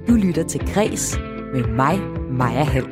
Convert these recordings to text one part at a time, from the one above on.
Du lytter til Græs med mig, Maja Hall.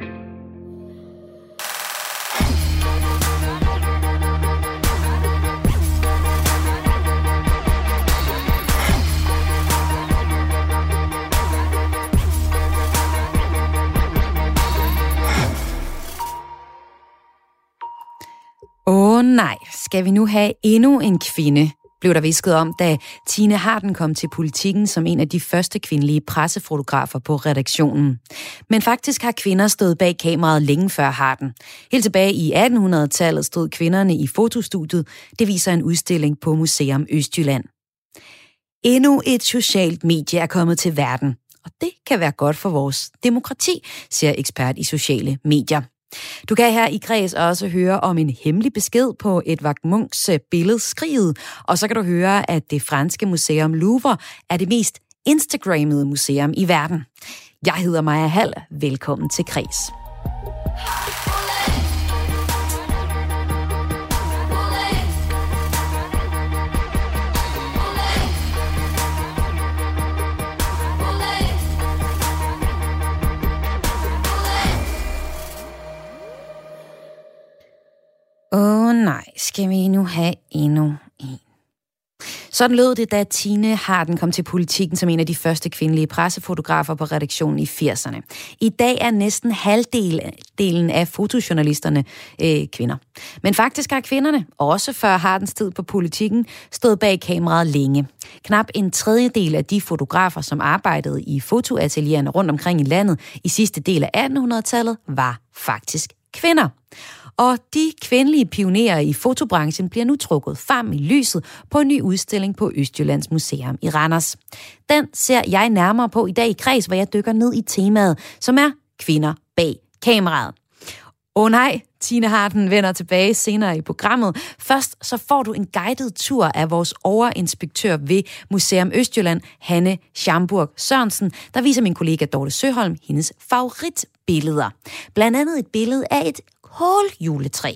Nej, skal vi nu have endnu en kvinde, blev der hvisket om, da Tine Harden kom til Politikken som en af de første kvindelige pressefotografer på redaktionen. Men faktisk har kvinder stået bag kameraet længe før Harden. Helt tilbage i 1800-tallet stod kvinderne i fotostudiet. Det viser en udstilling på Museum Østjylland. Endnu et socialt medie er kommet til verden, og det kan være godt for vores demokrati, siger ekspert i sociale medier. Du kan her i Græs også høre om en hemmelig besked på Edvard Munchs billede Skriget, og så kan du høre, at det franske museum Louvre er det mest instagrammede museum i verden. Jeg hedder Maja Hall. Velkommen til Græs. Nej, skal vi nu have endnu en? Sådan lød det, da Tine Harden kom til Politikken som en af de første kvindelige pressefotografer på redaktionen i 80'erne. I dag er næsten halvdelen af fotojournalisterne kvinder. Men faktisk har kvinderne, også før Hardens tid på Politikken, stået bag kameraet længe. Knap en tredjedel af de fotografer, som arbejdede i fotoatelierne rundt omkring i landet i sidste del af 1800-tallet, var faktisk kvinder. Og de kvindelige pionerer i fotobranchen bliver nu trukket frem i lyset på en ny udstilling på Østjyllands Museum i Randers. Den ser jeg nærmere på i dag i Græs, hvor jeg dykker ned i temaet, som er kvinder bag kameraet. Nej, Tine Harden vender tilbage senere i programmet. Først så får du en guided tur af vores overinspektør ved Museum Østjylland, Hanne Schamburg Sørensen, der viser min kollega Dorte Søholm hendes favoritbilleder. Blandt andet et billede af et kåljuletræ.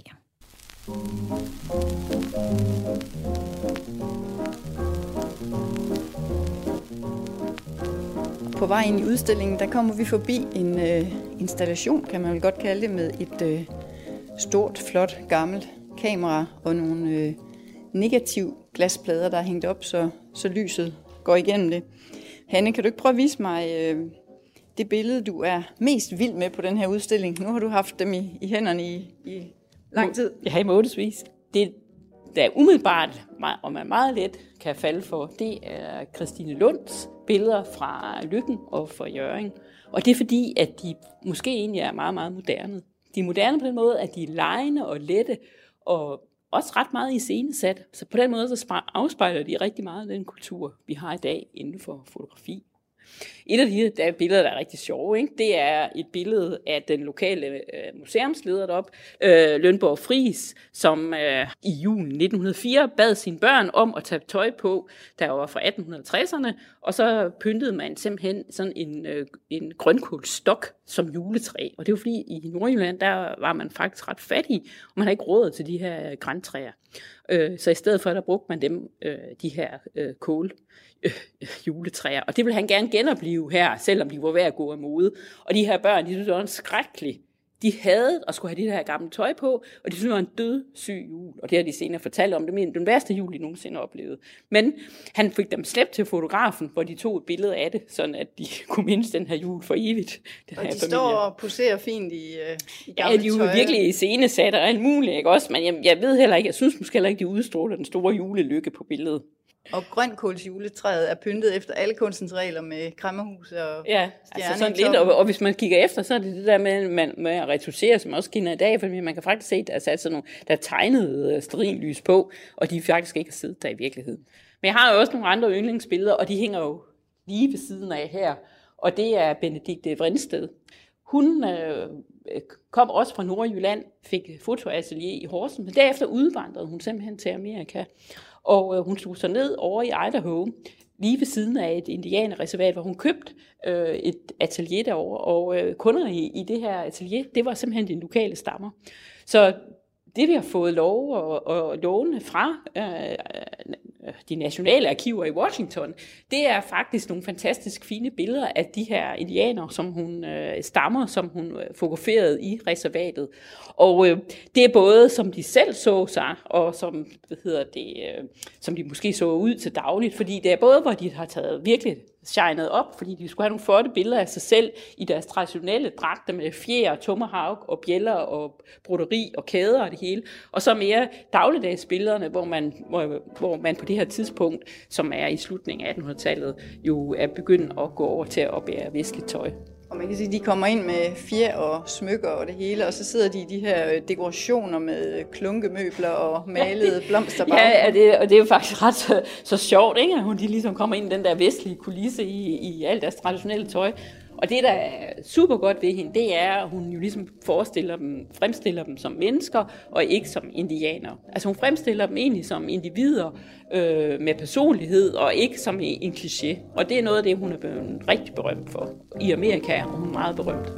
På vej ind i udstillingen, der kommer vi forbi en installation, kan man vel godt kalde det, med et stort, flot, gammelt kamera og nogle negativ glasplader, der er hængt op, så lyset går igennem det. Hanne, kan du ikke prøve at vise mig det billede, du er mest vild med på den her udstilling? Nu har du haft dem i hænderne i lang tid. Ja, i månedsvis. Det, der er umiddelbart, og man meget let kan falde for, det er Christine Lunds billeder fra Løkken og fra Hjørring. Og det er fordi, at de måske egentlig er meget, meget moderne. De er moderne på den måde, at de er legende og lette, og også ret meget iscenesat. Så på den måde så afspejler de rigtig meget den kultur, vi har i dag inden for fotografi. Et af de der billeder, der er rigtig sjove, ikke? Det er et billede af den lokale museumsleder deroppe, Lønborg Friis, som i julen 1904 bad sine børn om at tage tøj på, der var fra 1860'erne, og så pyntede man simpelthen sådan en grønkålstok som juletræ. Og det var fordi, i Nordjylland, der var man faktisk ret fattig, og man havde ikke råd til de her grantræer. Så i stedet for, der brugte man dem, de her juletræer. Og det vil han gerne genopleve her, selvom de var ved at gå af mode. Og de her børn, de synes, det var skrækkeligt. De havde at skulle have det her gamle tøj på, og de synes, det var en dødssyg jul. Og det har de senere fortalt om. Det var den værste jul, de nogensinde oplevede. Men han fik dem slæbt til fotografen, hvor de tog et billede af det, sådan at de kunne mindes den her jul for evigt. Og de står og poserer fint i gamle tøj. Ja, de er jo virkelig iscenesat og alt muligt, ikke også? Men jeg ved heller ikke, jeg synes måske heller ikke, de udstråler den store julelykke på billedet. Og grønkålsjuletræet er pyntet efter alle kunstens regler med kræmmerhus og ja, altså sådan lidt. Og hvis man kigger efter, så er det der med at retusere, som også kender i dag, fordi man kan faktisk se, at der er sat sådan nogle, der er tegnet stearinlys på, og de faktisk ikke har siddet der i virkeligheden. Men jeg har jo også nogle andre yndlingsbilleder, og de hænger jo lige ved siden af her, og det er Benedikte Vrinsted. Hun kom også fra Nordjylland, fik fotoatelier i Horsens, men derefter udvandrede hun simpelthen til Amerika. Og hun tog sig ned over i Idaho, lige ved siden af et indianerreservat, hvor hun købte et atelier derovre. Og kunder i det her atelier, det var simpelthen de lokale stammer. Så det vi har fået lov at låne fra de nationale arkiver i Washington, det er faktisk nogle fantastisk fine billeder af de her indianere, som hun stammer, som hun fotograferede i reservatet. Og det er både, som de selv så sig, og som, som de måske så ud til dagligt, fordi det er både, hvor de har taget virkelig shined op, fordi de skulle have nogle flotte billeder af sig selv i deres traditionelle dragter med fjer, tomahawk og bjælder og broderi og kæder og det hele, og så mere dagligdagsbillederne, hvor man på det her tidspunkt, som er i slutningen af 1800-tallet, jo er begyndt at gå over til at bære viskeltøj. Og man kan sige, at de kommer ind med fjer og smykker og det hele, og så sidder de i de her dekorationer med klunkemøbler og malede blomster bag. Ja, og det er jo faktisk ret så sjovt, ikke? At de ligesom kommer ind i den der vestlige kulisse i alt deres traditionelle tøj. Og det, der er super godt ved hende, det er, at hun jo ligesom fremstiller dem som mennesker, og ikke som indianere. Altså hun fremstiller dem egentlig som individer med personlighed, og ikke som en kliché. Og det er noget af det, hun er blevet rigtig berømt for. I Amerika er hun meget berømt.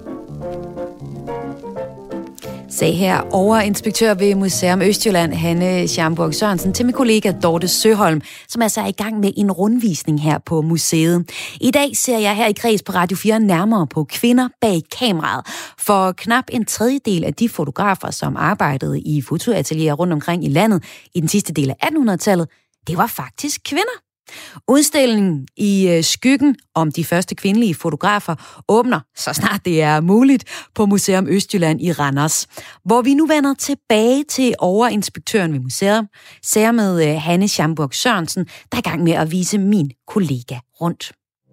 Sagde her overinspektør ved Museum Østjylland, Hanne Schamburg Sørensen, til min kollega Dorte Søholm, som altså er i gang med en rundvisning her på museet. I dag ser jeg her i Kreds på Radio 4 nærmere på kvinder bag kameraet. For knap en tredjedel af de fotografer, som arbejdede i fotoatelierer rundt omkring i landet i den sidste del af 1800-tallet, det var faktisk kvinder. Udstillingen i skyggen om de første kvindelige fotografer åbner, så snart det er muligt, på Museum Østjylland i Randers, hvor vi nu vender tilbage til overinspektøren ved museet, ser med Hanne Schamburg Sørensen, der er i gang med at vise min kollega rundt.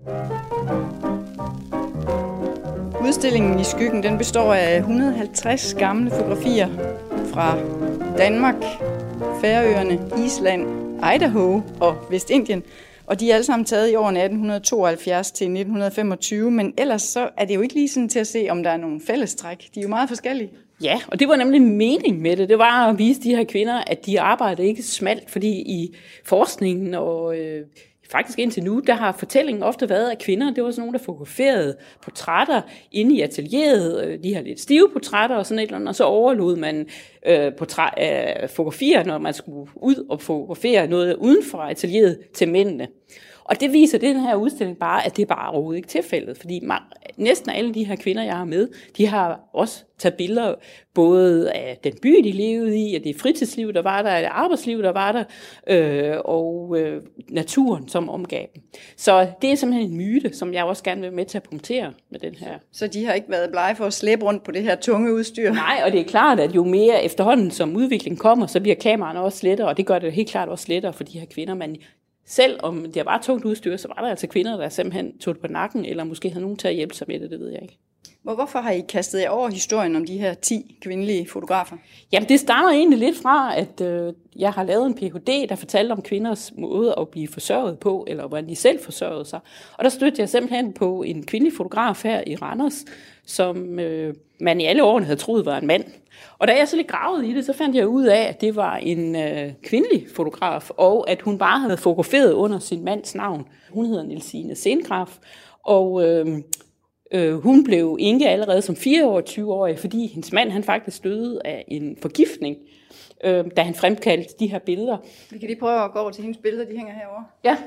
Udstillingen i skyggen, den består af 150 gamle fotografier fra Danmark, Færøerne, Island, Idaho og Vestindien, og de er alle sammen taget i årene 1872 til 1925, men ellers så er det jo ikke lige sådan til at se, om der er nogle fællestræk. De er jo meget forskellige. Ja, og det var nemlig mening med det. Det var at vise de her kvinder, at de arbejdede ikke smalt, fordi i forskningen og faktisk indtil nu, der har fortællingen ofte været, at kvinder, det var sådan nogle, der fotograferede portrætter inde i atelieret, de her lidt stive portrætter og sådan et eller andet, og så overlod man fotografier, når man skulle ud og fotografere noget uden for atelieret til mændene. Og det viser den her udstilling bare, at det er bare overhovedet ikke tilfældet, fordi næsten alle de her kvinder, jeg har med, de har også taget billeder både af den by, de levede i, af det fritidsliv, der var der, af det arbejdsliv, der var der, og naturen, som omgav dem. Så det er simpelthen en myte, som jeg også gerne vil med til at punktere med den her. Så de har ikke været blege for at slæbe rundt på det her tunge udstyr? Nej, og det er klart, at jo mere efterhånden som udviklingen kommer, så bliver kameraerne også lettere, og det gør det helt klart også lettere for de her kvinder, men selv om det var tungt udstyr, så var der altså kvinder, der simpelthen tog det på nakken, eller måske havde nogen til at hjælpe sig med det, det ved jeg ikke. Hvorfor har I kastet jer over historien om de her 10 kvindelige fotografer? Jamen det starter egentlig lidt fra, at jeg har lavet en Ph.D., der fortalte om kvinders måde at blive forsørget på, eller hvordan de selv forsørgede sig. Og der stødte jeg simpelthen på en kvindelig fotograf her i Randers, som man i alle årene havde troet var en mand. Og da jeg så lidt gravede i det, så fandt jeg ud af, at det var en kvindelig fotograf, og at hun bare havde fotograferet under sin mands navn. Hun hedder Nielsine Sengraf, og hun blev enke allerede som 24-årig, fordi hendes mand han faktisk døde af en forgiftning, da han fremkaldte de her billeder. Vi kan lige prøve at gå over til hendes billeder, de hænger herovre. Ja.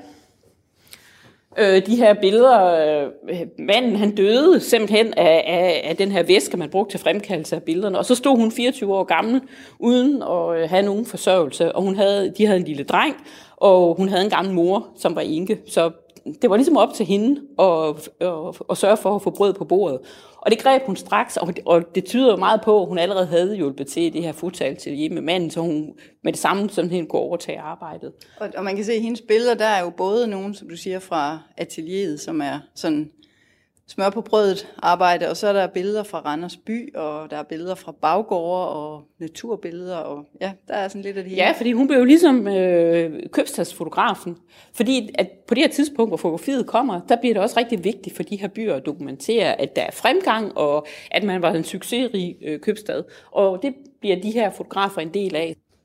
De her billeder, manden han døde simpelthen af den her væske, man brugte til fremkaldelse af billederne. Og så stod hun 24 år gammel, uden at have nogen forsørgelse. Og de havde en lille dreng, og hun havde en gammel mor, som var enke. Så det var ligesom op til hende at sørge for at få brød på bordet. Og det greb hun straks, og det tyder jo meget på, at hun allerede havde hjulpet til det her fotoatelier med manden, så hun med det samme sådan går over til arbejdet. Og man kan se, at hendes billeder, der er jo både nogen, som du siger, fra atelieret, som er sådan smør på brødet arbejde, og så er der billeder fra Randers by, og der er billeder fra baggårde og naturbilleder, og ja, der er sådan lidt af det hele. Ja, fordi hun blev jo ligesom købstadsfotografen, fordi at på det her tidspunkt, hvor fotografiet kommer, der bliver det også rigtig vigtigt for de her byer at dokumentere, at der er fremgang, og at man var en succesrig købstad, og det bliver de her fotografer en del af.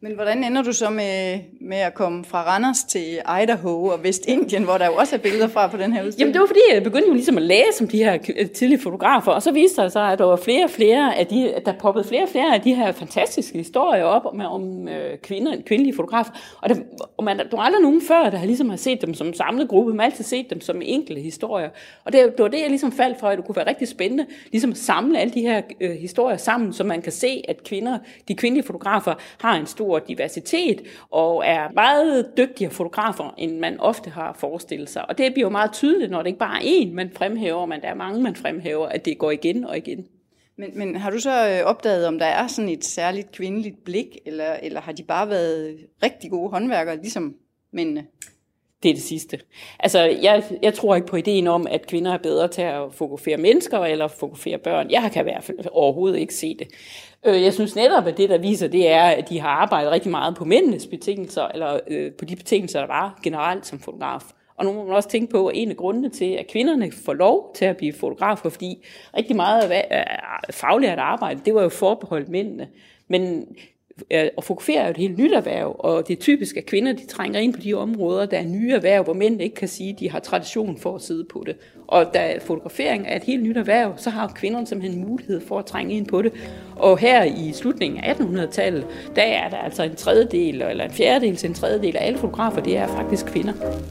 Men hvordan ender du så med at komme fra Randers til Idaho og Vestindien, hvor der jo også er billeder fra på den her udstilling? Jamen det var fordi, jeg begyndte jo ligesom at læse om de her tidlige fotografer, og så viste det sig, at der var der poppede flere og flere af de her fantastiske historier op om kvindelige fotografer. Og der var aldrig nogen før, der ligesom har set dem som en samlet gruppe, man har altid set dem som enkelte historier. Og det var det, jeg ligesom faldt for, at det kunne være rigtig spændende, ligesom at samle alle de her historier sammen, så man kan se, at de kvindelige fotografer har en stor diversitet og er meget dygtigere fotografer, end man ofte har forestillet sig. Og det bliver jo meget tydeligt, når det ikke bare er én, man fremhæver, men der er mange, man fremhæver, at det går igen og igen. Men har du så opdaget, om der er sådan et særligt kvindeligt blik, eller har de bare været rigtig gode håndværkere, ligesom mændene? Det er det sidste. Altså, jeg tror ikke på ideen om, at kvinder er bedre til at fotografere mennesker eller fotografere børn. Jeg kan i hvert fald overhovedet ikke se det. Jeg synes netop, at det, der viser, det er, at de har arbejdet rigtig meget på mændenes betingelser, eller på de betingelser, der var generelt som fotograf. Og nu må man også tænke på, at en af grundene til, at kvinderne får lov til at blive fotografer, fordi rigtig meget af faglært arbejde, det var jo forbeholdt mændene. Men at fotografere er jo et helt nyt erhverv, og det er typisk, at kvinder de trænger ind på de områder, der er nye erhverv, hvor mænd ikke kan sige, at de har tradition for at sidde på det. Og da fotografering er et helt nyt erhverv, så har kvinderne simpelthen mulighed for at trænge ind på det. Og her i slutningen af 1800-tallet, der er der altså en tredjedel, eller en fjerdedel til en tredjedel af alle fotografer, det er faktisk kvinder.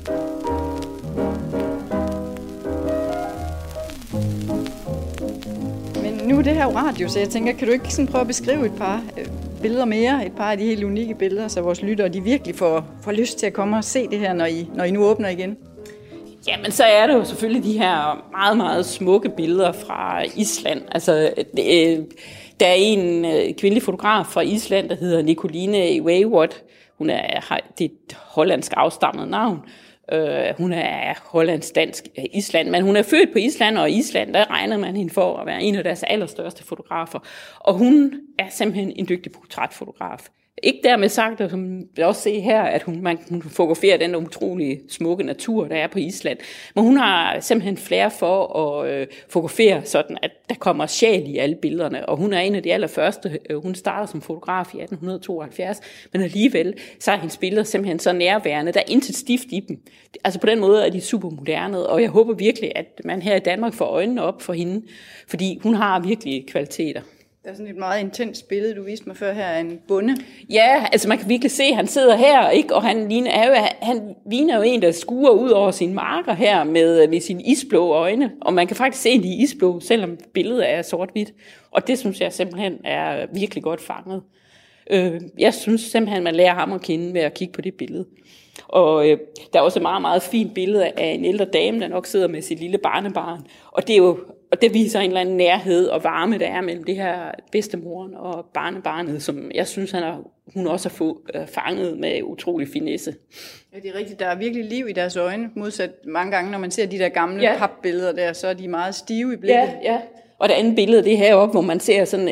Men nu er det her jo radio, så jeg tænker, kan du ikke sådan prøve at beskrive et par billeder mere, et par af de helt unikke billeder, så vores lyttere de virkelig får lyst til at komme og se det her, når I nu åbner igen? Jamen, så er det jo selvfølgelig de her meget, meget smukke billeder fra Island. Altså, der er en kvindelig fotograf fra Island, der hedder Nicoline Wayward. Hun har et hollandsk afstammet navn. Hun er hollandsk-dansk Island, men hun er født på Island, og i Island, der regner man hende for at være en af deres allerstørste fotografer. Og hun er simpelthen en dygtig portrætfotograf. Ikke dermed sagt, at som jeg også ser her, at hun fotograferer den utrolige smukke natur, der er på Island. Men hun har simpelthen flere for at fotografere sådan, at der kommer sjæl i alle billederne. Og hun er en af de allerførste. Hun starter som fotograf i 1872, men alligevel så er hendes billeder simpelthen så nærværende. Der er intet stift i dem. Altså på den måde er de super moderne, og jeg håber virkelig, at man her i Danmark får øjnene op for hende, fordi hun har virkelig kvaliteter. Der er sådan et meget intens billede, du viste mig før her, af en bonde. Ja, altså man kan virkelig se, at han sidder her, ikke? Og han ligner jo en, der skuer ud over sine marker her med sine isblå øjne. Og man kan faktisk se, at de er isblå, selvom billedet er sort-hvidt. Og det synes jeg simpelthen er virkelig godt fanget. Jeg synes simpelthen, man lærer ham at kende ved at kigge på det billede. Og der er også et meget, meget fint billede af en ældre dame, der nok sidder med sit lille barnebarn. Og det er jo, og det viser en eller anden nærhed og varme, der er mellem det her bedstemoren og barnebarnet, som jeg synes, hun også har fanget med utrolig finesse. Ja, det er rigtigt. Der er virkelig liv i deres øjne, modsat mange gange, når man ser de der gamle papbilleder der, så er de meget stive i blikket. Ja. Og det andet billede, det er heroppe, hvor man ser sådan,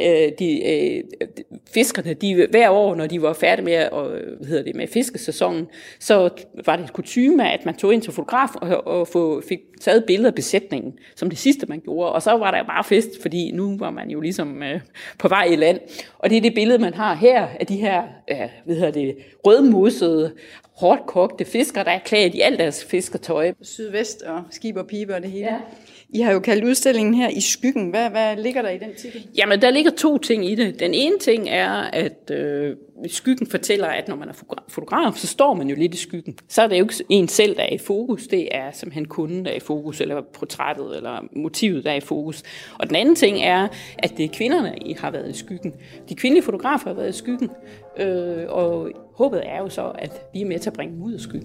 fiskerne, hver år, når de var færdige med, med fiskesæsonen, så var det kutyme, at man tog ind til fotograf og fik taget billeder af besætningen, som det sidste, man gjorde. Og så var der bare fest, fordi nu var man jo ligesom på vej i land. Og det er det billede, man har her, af de her, rødmosede, hårdt kogte fiskere, der er klædt i alt deres fiskertøj. Sydvest og skib og pibe og det hele. Ja. I har jo kaldt udstillingen her I skyggen. Hvad ligger der i den titel? Jamen, der ligger 2 ting i det. Den ene ting er, at skyggen fortæller, at når man er fotograf, så står man jo lidt i skyggen. Så er det jo ikke en selv, der er i fokus. Det er simpelthen kunden, der er i fokus, eller portrættet, eller motivet, der er i fokus. Og den anden ting er, at det er kvinderne, der har været i skyggen. De kvindelige fotografer har været i skyggen. Og håbet er jo så, at vi er med til at bringe dem ud af skyggen.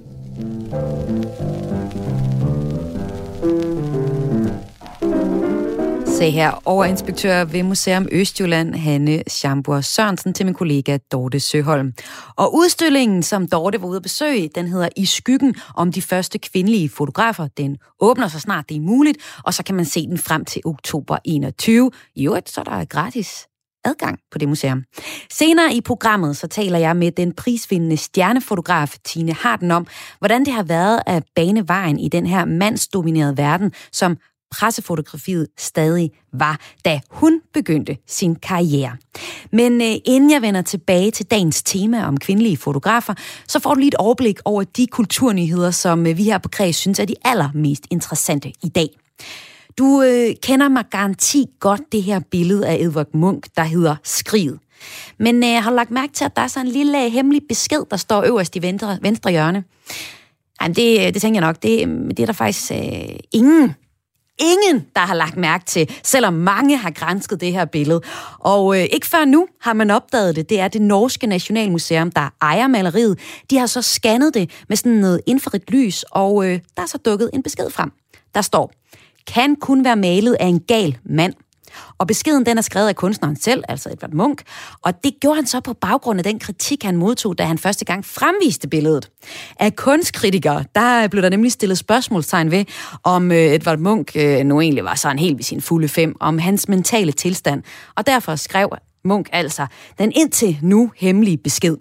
Se her, overinspektør ved Museum Østjylland, Hanne Schamburg Sørensen, til min kollega Dorte Søholm. Og udstillingen, som Dorte var ude at besøge, den hedder I skyggen, om de første kvindelige fotografer. Den åbner så snart det er muligt, og så kan man se den frem til oktober 21. I øvrigt så er der gratis adgang på det museum. Senere i programmet så taler jeg med den prisvindende stjernefotograf Tine Harden om, hvordan det har været at bane vejen i den her mandsdominerede verden som pressefotografiet stadig var, da hun begyndte sin karriere. Men inden jeg vender tilbage til dagens tema om kvindelige fotografer, så får du lige et overblik over de kulturnyheder, som vi her på Kreds synes er de allermest interessante i dag. Du kender mig garanti godt det her billede af Edvard Munch, der hedder Skriget. Men har du lagt mærke til, at der er sådan en lille hemmelig besked, der står øverst i venstre hjørne? Jamen, det tænker jeg nok, det er der faktisk ingen, der har lagt mærke til, selvom mange har gransket det her billede. Og ikke før nu har man opdaget det. Det er det norske Nationalmuseum, der ejer maleriet. De har så scannet det med sådan noget infrarødt lys, og der er så dukket en besked frem. Der står: kan kun være malet af en gal mand. Og beskeden den er skrevet af kunstneren selv, altså Edvard Munch, og det gjorde han så på baggrund af den kritik, han modtog, da han første gang fremviste billedet. Af kunstkritikere, der blev der nemlig stillet spørgsmålstegn ved, om Edvard Munch nu egentlig var sådan helt ved sin fulde fem, om hans mentale tilstand, og derfor skrev Munch altså den indtil nu hemmelige besked.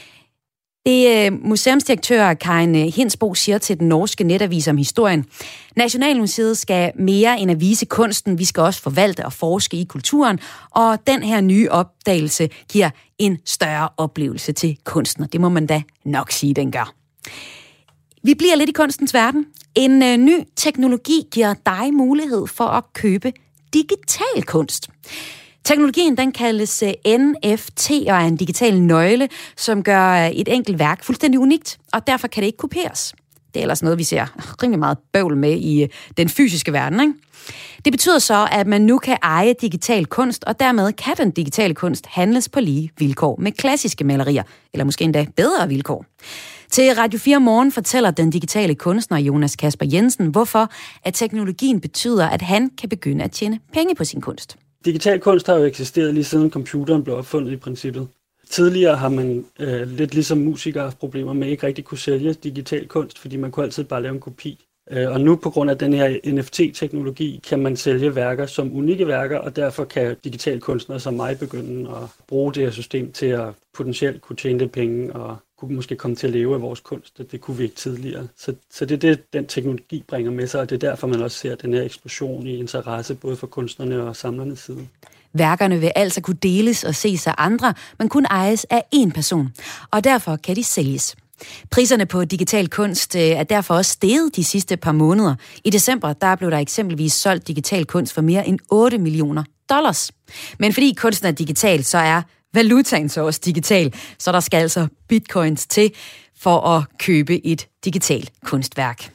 Det museumsdirektør Karin Hinsbo siger til den norske netavis om historien: Nationalmuseet skal mere end at vise kunsten, vi skal også forvalte og forske i kulturen, og den her nye opdagelse giver en større oplevelse til kunsten, og det må man da nok sige, den gør. Vi bliver lidt i kunstens verden. En ny teknologi giver dig mulighed for at købe digital kunst. Teknologien den kaldes NFT og er en digital nøgle, som gør et enkelt værk fuldstændig unikt, og derfor kan det ikke kopieres. Det er ellers noget, vi ser rimelig meget bøvl med i den fysiske verden, ikke? Det betyder så, at man nu kan eje digital kunst, og dermed kan den digitale kunst handles på lige vilkår med klassiske malerier, eller måske endda bedre vilkår. Til Radio 4 Morgen fortæller den digitale kunstner Jonas Kasper Jensen, hvorfor at teknologien betyder, at han kan begynde at tjene penge på sin kunst. Digital kunst har jo eksisteret lige siden computeren blev opfundet i princippet. Tidligere har man lidt ligesom musikere haft problemer med ikke rigtig kunne sælge digital kunst, fordi man kunne altid bare lave en kopi. Og nu på grund af den her NFT-teknologi kan man sælge værker som unikke værker, og derfor kan digital kunstnere som mig begynde at bruge det her system til at potentielt kunne tjene det penge og kunne måske komme til at leve af vores kunst. Det kunne vi ikke tidligere. Så det er det, den teknologi bringer med sig, og det er derfor, man også ser den her eksplosion i interesse, både for kunstnerne og samlernes side. Værkerne vil altså kunne deles og ses af andre, men kun ejes af én person, og derfor kan de sælges. Priserne på digital kunst er derfor også steget de sidste par måneder. I december der blev der eksempelvis solgt digital kunst for mere end $8 millioner. Men fordi kunsten er digital, så er valutaen så også digital, så der skal altså bitcoins til for at købe et digitalt kunstværk.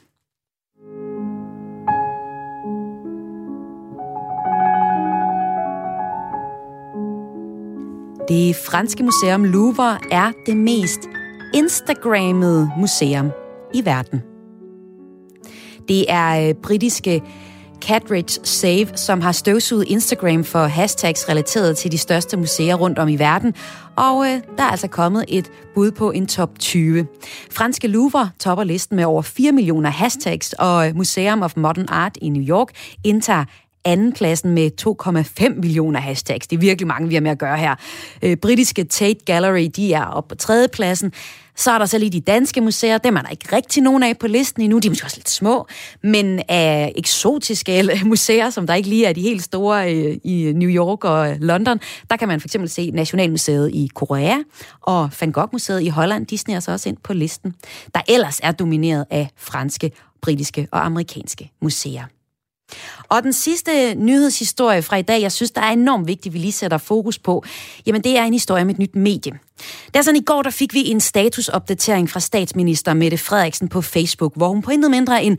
Det franske museum Louvre er det mest instagrammede museum i verden. Det er britiske Catridge Save, som har støvsuget Instagram for hashtags relateret til de største museer rundt om i verden, og der er altså kommet et bud på en top 20. Franske Louvre topper listen med over 4 millioner hashtags, og Museum of Modern Art i New York indtager andenpladsen med 2,5 millioner hashtags. Det er virkelig mange, vi har med at gøre her. Britiske Tate Gallery, de er oppe på tredjepladsen. Så er der så lige de danske museer. Dem er der ikke rigtig nogen af på listen endnu. De er måske også lidt små, men af eksotiske museer, som der ikke lige er de helt store i New York og London, der kan man for eksempel se Nationalmuseet i Korea og Van Gogh-museet i Holland. De sniger sig også ind på listen, der ellers er domineret af franske, britiske og amerikanske museer. Og den sidste nyhedshistorie fra i dag, jeg synes, der er enormt vigtigt, vi lige sætter fokus på, jamen det er en historie om et nyt medie. Det er sådan, i går, der fik vi en statusopdatering fra statsminister Mette Frederiksen på Facebook, hvor hun på intet mindre end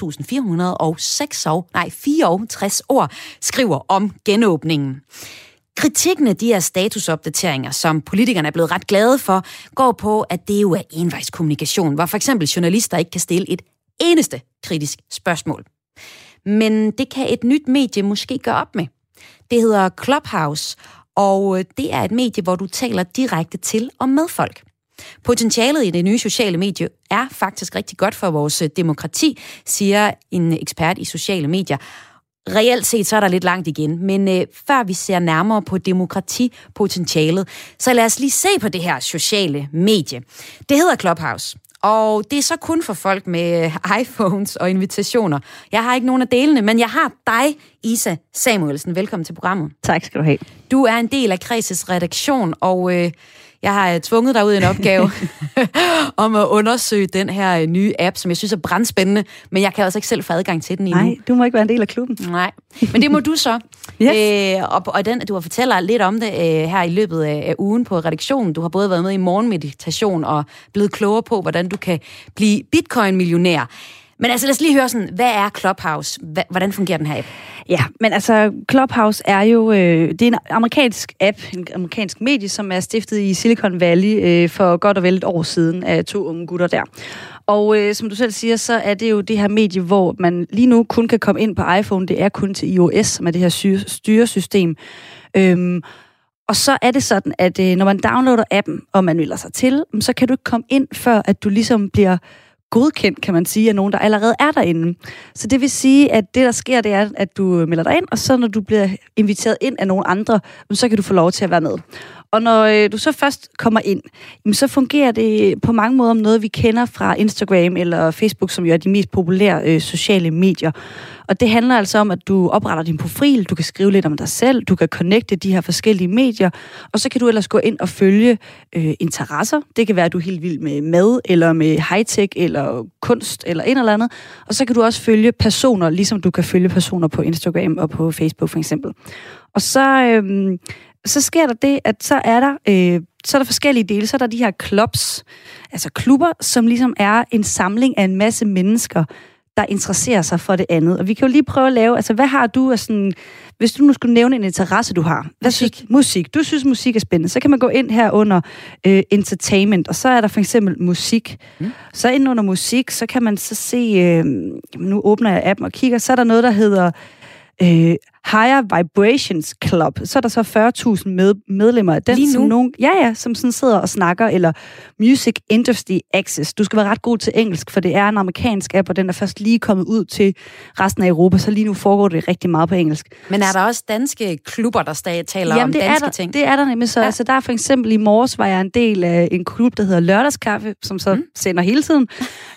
2.464 ord skriver om genåbningen. Kritikken af de her statusopdateringer, som politikerne er blevet ret glade for, går på, at det jo er envejskommunikation, hvor for eksempel journalister ikke kan stille et eneste kritisk spørgsmål. Men det kan et nyt medie måske gøre op med. Det hedder Clubhouse, og det er et medie, hvor du taler direkte til og med folk. Potentialet i det nye sociale medie er faktisk rigtig godt for vores demokrati, siger en ekspert i sociale medier. Reelt set så er der lidt langt igen, men før vi ser nærmere på demokratipotentialet, så lad os lige se på det her sociale medie. Det hedder Clubhouse. Og det er så kun for folk med iPhones og invitationer. Jeg har ikke nogen af delene, men jeg har dig, Isa Samuelsen. Velkommen til programmet. Tak skal du have. Du er en del af Kredses redaktion, og jeg har tvunget dig ud i en opgave om at undersøge den her nye app, som jeg synes er brandspændende, men jeg kan altså ikke selv få adgang til den endnu. Nej, du må ikke være en del af klubben. Nej, men det må du så. Yes. Og du har fortalt lidt om det her i løbet af ugen på redaktionen. Du har både været med i morgenmeditation og blevet klogere på, hvordan du kan blive bitcoin-millionær. Men altså, lad os lige høre sådan, hvad er Clubhouse? Hvordan fungerer den her app? Ja, men altså, Clubhouse er jo det er en amerikansk app, en amerikansk medie, som er stiftet i Silicon Valley for godt og vel et år siden af 2 unge gutter der. Og som du selv siger, så er det jo det her medie, hvor man lige nu kun kan komme ind på iPhone. Det er kun til iOS, som er det her styresystem. Og så er det sådan, at når man downloader appen, og man melder sig til, så kan du ikke komme ind, før at du ligesom bliver godkendt, kan man sige, af nogen, der allerede er derinde. Så det vil sige, at det, der sker, det er, at du melder dig ind, og så når du bliver inviteret ind af nogle andre, så kan du få lov til at være med. Og når du så først kommer ind, så fungerer det på mange måder om noget, vi kender fra Instagram eller Facebook, som jo er de mest populære sociale medier. Og det handler altså om, at du opretter din profil, du kan skrive lidt om dig selv, du kan connecte de her forskellige medier, og så kan du ellers gå ind og følge interesser. Det kan være, at du er helt vild med mad, eller med high-tech, eller kunst, eller en eller andet. Og så kan du også følge personer, ligesom du kan følge personer på Instagram og på Facebook for eksempel. Og så sker der det, at så er der forskellige dele. Så er der de her clubs, altså klubber, som ligesom er en samling af en masse mennesker, der interesserer sig for det andet. Og vi kan jo lige prøve at lave, altså hvad har du af sådan, hvis du nu skulle nævne en interesse, du har. Musik. Du synes, musik er spændende. Så kan man gå ind her under entertainment, og så er der for eksempel musik. Så ind under musik, så kan man så se, nu åbner jeg appen og kigger, så er der noget, der hedder Higher Vibrations Club. Så er der så 40.000 medlemmer af den. Lige nu? Som nogen, som sådan sidder og snakker, eller Music Industry Access. Du skal være ret god til engelsk, for det er en amerikansk app, og den er først lige kommet ud til resten af Europa, så lige nu foregår det rigtig meget på engelsk. Men er der også danske klubber, der taler om danske ting? Det er der nemlig så. Ja. Altså, der er for eksempel i morges, var jeg en del af en klub, der hedder Lørdagskaffe, som så sender hele tiden.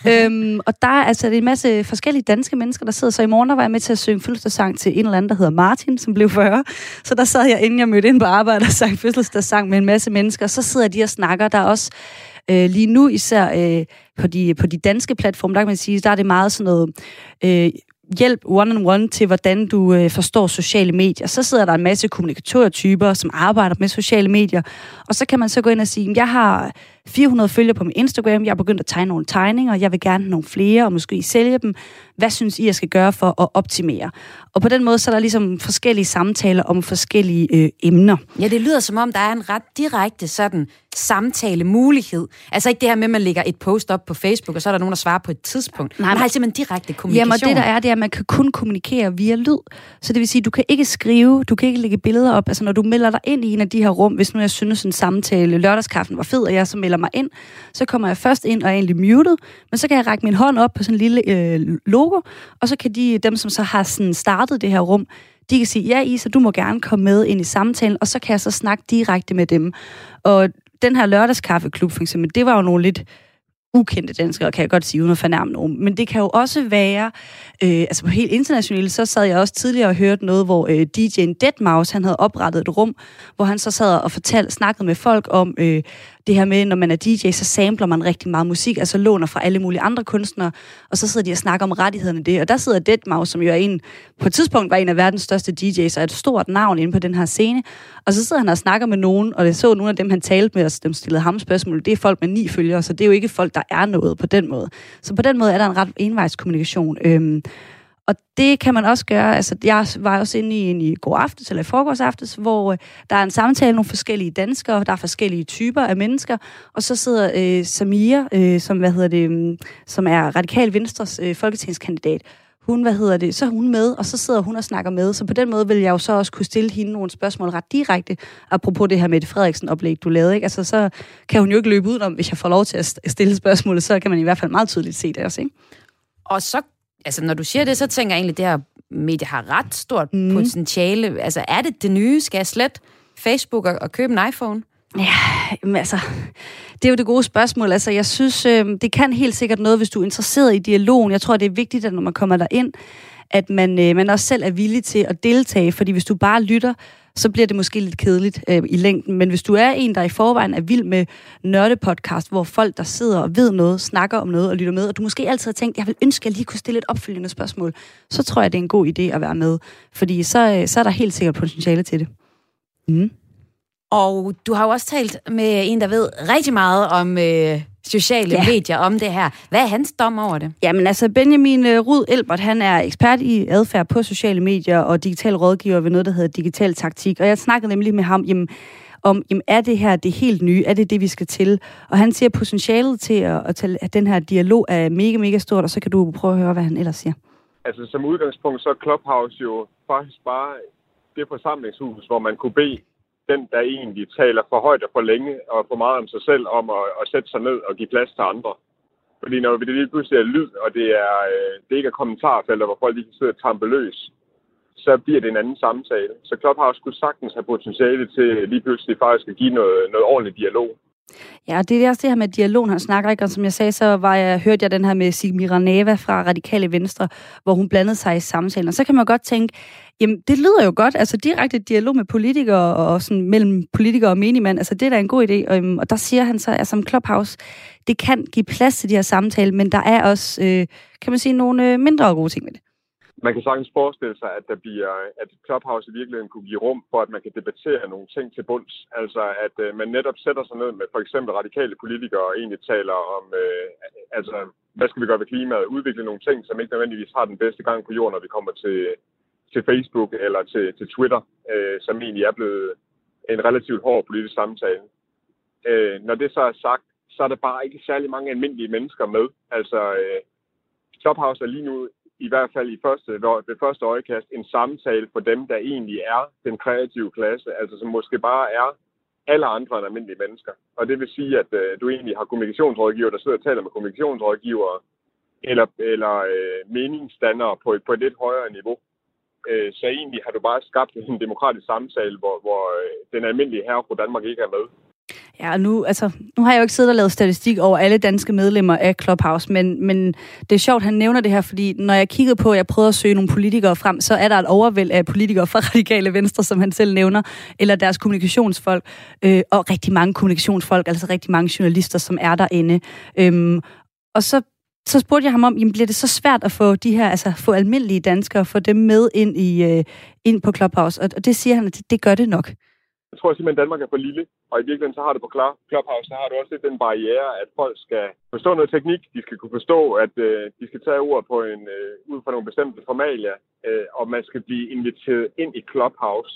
Og der er altså en masse forskellige danske mennesker, der sidder. Så i morgen der var jeg med til at synge fødselsdagssang til en eller anden, der hedder Martin, som blev 40. Så der sad jeg, inden jeg mødte ind på arbejde, og sang fødselsdagssang med en masse mennesker. Så sidder de og snakker. Der er også lige nu især på de danske platforme, der kan man sige, der er det meget sådan noget hjælp one-on-one til, hvordan du forstår sociale medier. Så sidder der en masse kommunikatortyper, som arbejder med sociale medier, og så kan man så gå ind og sige, jeg har 400 følgere på min Instagram, jeg har begyndt at tegne nogle tegninger, jeg vil gerne have nogle flere, og måske sælge dem. Hvad synes I, jeg skal gøre for at optimere? Og på den måde, så er der ligesom forskellige samtaler om forskellige emner. Ja, det lyder som om, der er en ret direkte sådan samtalemulighed. Altså ikke det her med, at man lægger et post op på Facebook, og så er der nogen, der svarer på et tidspunkt. Nej, man har simpelthen direkte kommunikation. Jamen, og det der er, det er, at man kan kun kommunikere via lyd. Så det vil sige, du kan ikke skrive, du kan ikke lægge billeder op. Altså når du melder dig ind i en af de her rum, hvis nu jeg synes, en samtale lørdagskaffen var fed, og jeg så melder mig ind, så kommer jeg først ind og er egentlig muted, men så kan jeg række min hånd op på sådan en lille logo, og så kan dem, som så har sådan startet det her rum, de kan sige, ja Isa, du må gerne komme med ind i samtalen, og så kan jeg så snakke direkte med dem. Og den her lørdagskaffeklub, for eksempel, det var jo nogle lidt ukendte danskere, kan jeg godt sige, uden at fornærme nogen. Men det kan jo også være, altså på helt internationalt, så sad jeg også tidligere og hørte noget, hvor DJ'en Deadmau5, han havde oprettet et rum, hvor han så sad og snakkede med folk om det her med, når man er DJ, så sampler man rigtig meget musik, altså låner fra alle mulige andre kunstnere, og så sidder de og snakker om rettighederne det. Og der sidder Deadmau5, som jo er på et tidspunkt var en af verdens største DJ's, og et stort navn inde på den her scene. Og så sidder han og snakker med nogen, og det så nogle af dem, han talte med, og dem stillede ham spørgsmål. Det er folk med 9 følgere, så det er jo ikke folk, der er noget på den måde. Så på den måde er der en ret envejskommunikation. Og det kan man også gøre, altså jeg var også inde i går aftes, eller i forgårs aftes, hvor der er en samtale, nogle forskellige danskere, der er forskellige typer af mennesker, og så sidder Samia, som er Radikal Venstres folketingskandidat, så er hun med, og så sidder hun og snakker med, så på den måde vil jeg jo så også kunne stille hende nogle spørgsmål ret direkte, apropos det her Mette Frederiksen-oplæg, du lavede, ikke? Altså så kan hun jo ikke løbe udenom, hvis jeg får lov til at stille spørgsmålet, så kan man i hvert fald meget tydeligt se det også, ikke? Og så altså, når du siger det, så tænker jeg egentlig, at det her medie har ret stort potentiale. Altså, er det nye? Skal jeg slet Facebook og købe en iPhone? Ja, men altså, Det er jo det gode spørgsmål. Altså, jeg synes, det kan helt sikkert noget, hvis du er interesseret i dialogen. Jeg tror, det er vigtigt, at når man kommer derind, at man også selv er villig til at deltage, fordi hvis du bare lytter, så bliver det måske lidt kedeligt i længden. Men hvis du er en, der i forvejen er vild med nørdepodcast, hvor folk, der sidder og ved noget, snakker om noget og lytter med, og du måske altid har tænkt, jeg vil ønske, at jeg lige kunne stille et opfølgende spørgsmål, så tror jeg, det er en god idé at være med. Fordi så er der helt sikkert potentiale til det. Mm. Og du har jo også talt med en, der ved rigtig meget om sociale medier, om det her. Hvad er hans dom over det? Jamen altså, Benjamin Rud Elbert, han er ekspert i adfærd på sociale medier og digital rådgiver ved noget, der hedder Digital Taktik. Og jeg snakkede nemlig med ham om, er det her det helt nye? Er det det, vi skal til? Og han siger, potentialet til at tage den her dialog er mega, mega stort, og så kan du prøve at høre, hvad han ellers siger. Altså som udgangspunkt, så er Clubhouse jo faktisk bare det forsamlingshus, hvor man kunne bede den, der egentlig taler for højt og for længe og for meget om sig selv, om at sætte sig ned og give plads til andre. Fordi når det lige pludselig er lyd, og det ikke er kommentarfelter, hvor folk lige kan sidde og tampe løs, så bliver det en anden samtale. Så Clubhouse kunne sagtens have potentiale til lige pludselig faktisk at give noget ordentlig dialog. Ja, det er også det her med dialogen, han snakker ikke. Og som jeg sagde, så hørte jeg den her med Sigmira Nava fra Radikale Venstre, hvor hun blandede sig i samtalen. Og så kan man godt tænke, jamen det lyder jo godt, altså direkte dialog med politikere og sådan mellem politikere og menigmand, altså det er da en god idé. Og der siger han så, at som Clubhouse, det kan give plads til de her samtaler, men der er også, kan man sige, nogle mindre gode ting med det. Man kan sagtens forestille sig, at Clubhouse i virkeligheden kunne give rum for, at man kan debattere nogle ting til bunds. Altså, at man netop sætter sig ned med for eksempel radikale politikere og egentlig taler om, hvad skal vi gøre ved klimaet? Udvikle nogle ting, som ikke nødvendigvis har den bedste gang på jorden, når vi kommer til Facebook eller til Twitter, som egentlig er blevet en relativt hård politisk samtale. Når det så er sagt, så er der bare ikke særlig mange almindelige mennesker med. Altså, Clubhouse er lige nu i hvert fald ved første øjekast en samtale for dem, der egentlig er den kreative klasse, altså som måske bare er alle andre end almindelige mennesker. Og det vil sige, at du egentlig har kommunikationsrådgiver, der sidder og taler med kommunikationsrådgivere, eller meningsdannere på et lidt højere niveau. Så egentlig har du bare skabt en demokratisk samtale, hvor den almindelige herre fra Danmark ikke er med. Ja, og nu har jeg jo ikke siddet og lavet statistik over alle danske medlemmer af Clubhouse, men det er sjovt, han nævner det her, fordi når jeg kiggede på, jeg prøvede at søge nogle politikere frem, så er der et overvæld af politikere fra Radikale Venstre, som han selv nævner, eller deres kommunikationsfolk, og rigtig mange kommunikationsfolk, altså rigtig mange journalister, som er derinde. Og så spurgte jeg ham om, jamen, bliver det så svært at få de her, altså få almindelige danskere, få dem med ind på Clubhouse? Og det siger han, at det gør det nok. Jeg tror simpelthen, at Danmark er for lille, og i virkeligheden så har det på Clubhouse, så har du også lidt den barriere, at folk skal forstå noget teknik, de skal kunne forstå, at de skal tage ord på ud fra nogle bestemte formalier, og man skal blive inviteret ind i Clubhouse,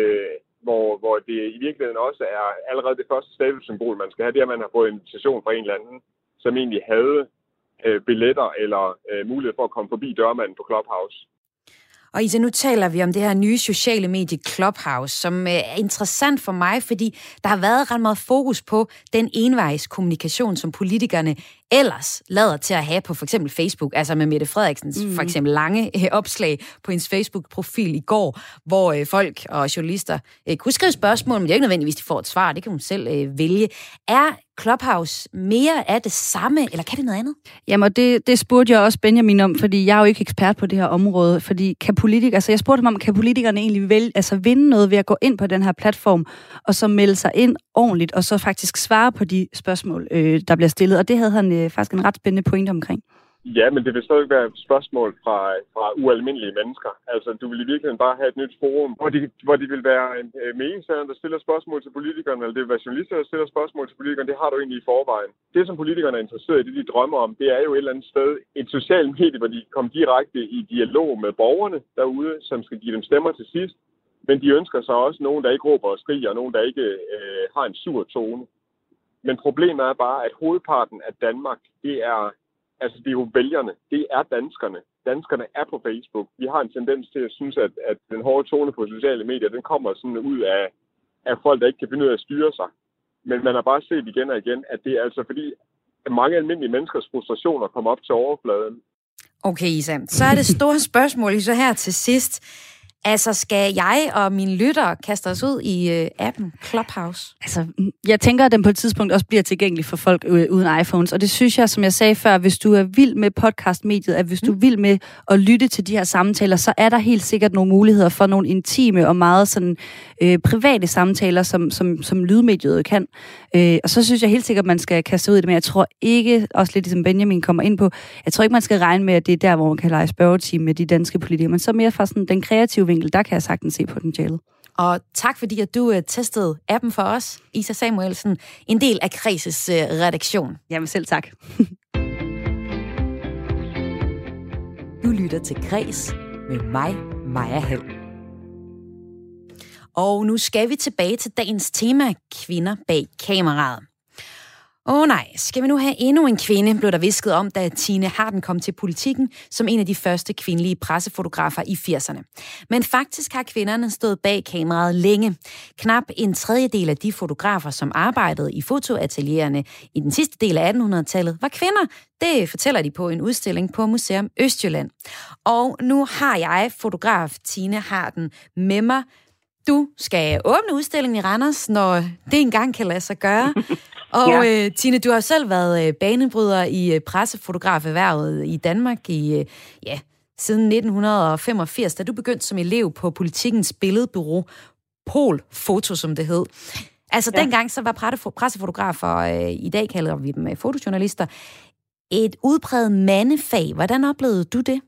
hvor det i virkeligheden også er allerede det første statussymbol, man skal have, det er, at man har fået invitation fra en eller anden, som egentlig havde billetter eller mulighed for at komme forbi dørmanden på Clubhouse. Og Isa, nu taler vi om det her nye sociale medie Clubhouse, som er interessant for mig, fordi der har været ret meget fokus på den envejskommunikation, som politikerne ellers lader til at have på for eksempel Facebook, altså med Mette Frederiksens for eksempel lange opslag på hendes Facebook-profil i går, hvor folk og journalister kunne skrive spørgsmål, men det er ikke nødvendigvis, de får et svar, det kan hun selv vælge. Er Clubhouse mere af det samme, eller kan det noget andet? Jamen, og det spurgte jeg også Benjamin om, fordi jeg er jo ikke ekspert på det her område, fordi jeg spurgte ham om, kan politikerne egentlig vinde noget ved at gå ind på den her platform, og så melde sig ind ordentligt, og så faktisk svare på de spørgsmål, der bliver stillet, og det havde han faktisk en ret spændende pointe omkring. Ja, men det vil stadig være et spørgsmål fra ualmindelige mennesker. Altså, du vil i virkeligheden bare have et nyt forum, hvor de vil være meningsdannere, der stiller spørgsmål til politikerne, eller det vil være journalister, der stiller spørgsmål til politikerne. Det har du egentlig i forvejen. Det, som politikerne er interesseret i, det de drømmer om, det er jo et eller andet sted et socialt medie, hvor de kommer direkte i dialog med borgerne derude, som skal give dem stemmer til sidst. Men de ønsker så også nogen, der ikke råber og skriger, og nogen, der ikke har en sur tone. Men problemet er bare, at hovedparten af Danmark, det er jo vælgerne. Det er danskerne. Danskerne er på Facebook. Vi har en tendens til at synes, at den hårde tone på sociale medier, den kommer sådan ud af folk, der ikke kan finde ud af at styre sig. Men man har bare set igen og igen, at det er altså fordi, at mange almindelige menneskers frustrationer kommer op til overfladen. Okay, Isa. Så er det store spørgsmål så her til sidst. Altså, skal jeg og mine lyttere kaste os ud i appen Clubhouse? Altså, jeg tænker, at den på et tidspunkt også bliver tilgængelig for folk uden iPhones, og det synes jeg, som jeg sagde før, hvis du er vild med podcastmediet, at hvis du er vild med at lytte til de her samtaler, så er der helt sikkert nogle muligheder for nogle intime og meget sådan private samtaler, som lydmediet kan. Og så synes jeg helt sikkert, at man skal kaste ud i det, men jeg tror ikke, også lidt ligesom Benjamin kommer ind på, jeg tror ikke, man skal regne med, at det er der, hvor man kan lege spørgetime med de danske politikere, men så mere fra sådan den kreative vinkel, der kan jeg sagtens se potentialet. Og tak fordi, at du testede appen for os, Isa Samuelsen, en del af Kredses redaktion. Jamen selv tak. Du lytter til Kreds med mig, Maja Hall. Og nu skal vi tilbage til dagens tema, kvinder bag kameraet. Nej, skal vi nu have endnu en kvinde, blev der visket om, da Tine Harden kom til politikken som en af de første kvindelige pressefotografer i 80'erne. Men faktisk har kvinderne stået bag kameraet længe. Knap en tredjedel af de fotografer, som arbejdede i fotoateliererne i den sidste del af 1800-tallet, var kvinder. Det fortæller de på en udstilling på Museum Østjylland. Og nu har jeg fotograf Tine Harden med mig. Du skal åbne udstillingen i Randers, når det engang kan lade sig gøre. Og ja. Tine, du har selv været banebryder i pressefotograf-erhvervet i Danmark siden 1985, da du begyndte som elev på Politikens billedbureau, Pol Foto, som det hed. Altså dengang så var pressefotografer, i dag kalder vi dem fotojournalister, et udpræget mandefag. Hvordan oplevede du det?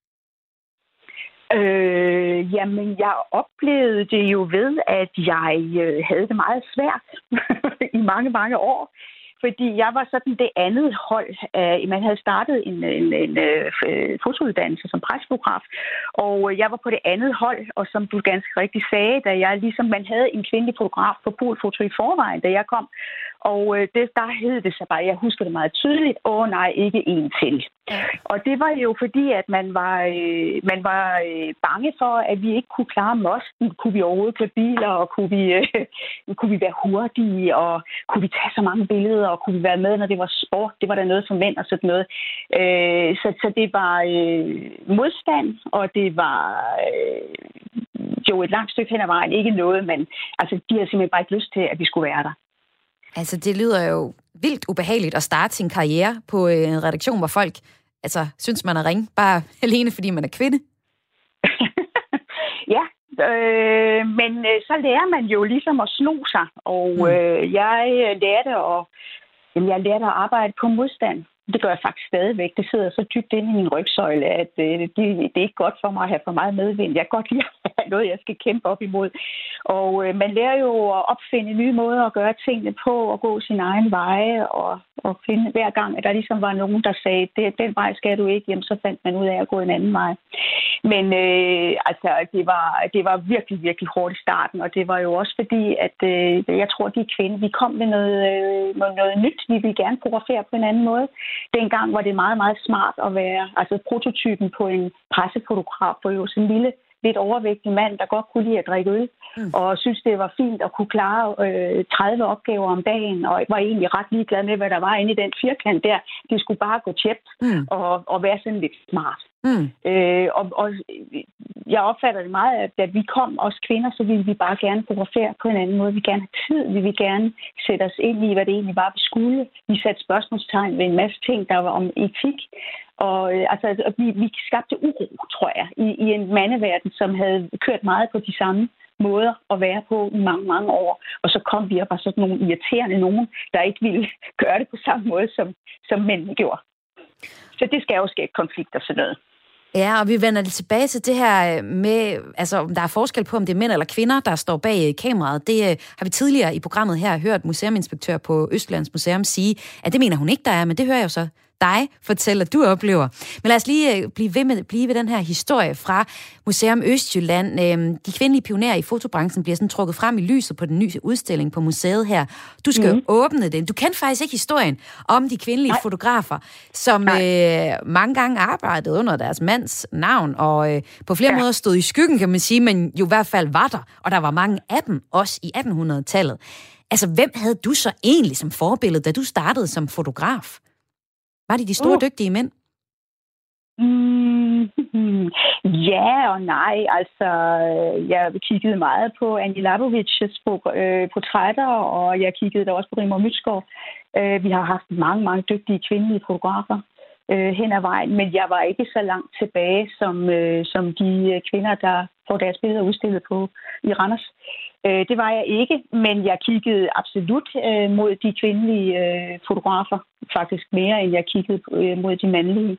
Jamen, jeg oplevede det jo ved, at jeg havde det meget svært i mange, mange år. Fordi jeg var sådan det andet hold. Man havde startet en fotouddannelse som pressefotograf, og jeg var på det andet hold, og som du ganske rigtigt sagde, da jeg man havde en kvindelig fotograf på Pol Foto i forvejen, da jeg kom. Og der hed det så bare, jeg husker det meget tydeligt, nej, ikke en til. Og det var jo fordi, at man var bange for, at vi ikke kunne klare mosten. Kunne vi overhovedet køre biler, og kunne vi være hurtige, og kunne vi tage så mange billeder, og kunne vi være med, når det var sport. Det var der noget for mænd og sådan noget. Så det var modstand, og det var jo et langt stykke hen ad vejen. Ikke noget, men altså, de havde simpelthen bare ikke lyst til, at vi skulle være der. Altså, det lyder jo vildt ubehageligt at starte sin karriere på en redaktion, hvor folk synes, man er ringe, bare alene fordi man er kvinde. Ja, men så lærer man jo ligesom at sno sig, og jeg lærte at arbejde på modstand. Det gør jeg faktisk stadigvæk. Det sidder så dybt inde i min rygsøjle, at det er ikke godt for mig at have for meget medvind. Jeg kan godt lide at have noget, jeg skal kæmpe op imod. Og man lærer jo at opfinde nye måder at gøre tingene på, og gå sin egen veje, og finde hver gang, at der ligesom var nogen, der sagde, den vej skal du ikke, jamen så fandt man ud af at gå en anden vej. Men det var virkelig, virkelig hårdt i starten, og det var jo også fordi, at jeg tror, at de kvinder, vi kom med noget nyt. Vi ville gerne fotografere på en anden måde. Dengang var det meget, meget smart at være, prototypen på en pressefotograf, for jo sådan en lille, lidt overvægtig mand, der godt kunne lide at drikke øl, og synes, det var fint at kunne klare 30 opgaver om dagen, og var egentlig ret ligeglad med, hvad der var inde i den firkant der. Det skulle bare gå tjept og være sådan lidt smart. Og jeg opfatter det meget, at da vi kom, os kvinder, så ville vi bare gerne fotografere på en anden måde. Vi ville gerne have tid, vi ville gerne sætte os ind i, hvad det egentlig var, vi skulle. Vi satte spørgsmålstegn ved en masse ting, der var om etik. Og vi skabte uro, tror jeg, i en mandeverden, som havde kørt meget på de samme måder at være på i mange, mange år. Og så kom vi op af sådan nogle irriterende nogen, der ikke ville gøre det på samme måde, som mændene gjorde. Så det skal jo skabe konflikt og sådan noget. Ja, og vi vender lidt tilbage til det her med, om der er forskel på, om det er mænd eller kvinder, der står bag kameraet. Det har vi tidligere i programmet her hørt museuminspektør på Østlands Museum sige, at det mener hun ikke, der er, men det hører jeg jo så dig fortælle, at du oplever. Men lad os lige blive ved den her historie fra Museum Østjylland. De kvindelige pionerer i fotobranchen bliver sådan trukket frem i lyset på den nye udstilling på museet her. Du skal åbne den. Du kender faktisk ikke historien om de kvindelige fotografer, som mange gange arbejdede under deres mands navn, og på flere måder stod i skyggen, kan man sige, men jo i hvert fald var der, og der var mange af dem, også i 1800-tallet. Altså, hvem havde du så egentlig som forbillede, da du startede som fotograf? Var de store, dygtige mænd? Ja og nej. Altså, jeg kiggede meget på Annie Leibovitch's portrætter, og jeg kiggede da også på Rigmor Mydskov. Vi har haft mange, mange dygtige kvindelige fotografer hen ad vejen, men jeg var ikke så langt tilbage som de kvinder, der får deres billeder udstillet på i Randers. Det var jeg ikke, men jeg kiggede absolut mod de kvindelige fotografer, faktisk mere end jeg kiggede mod de mandlige.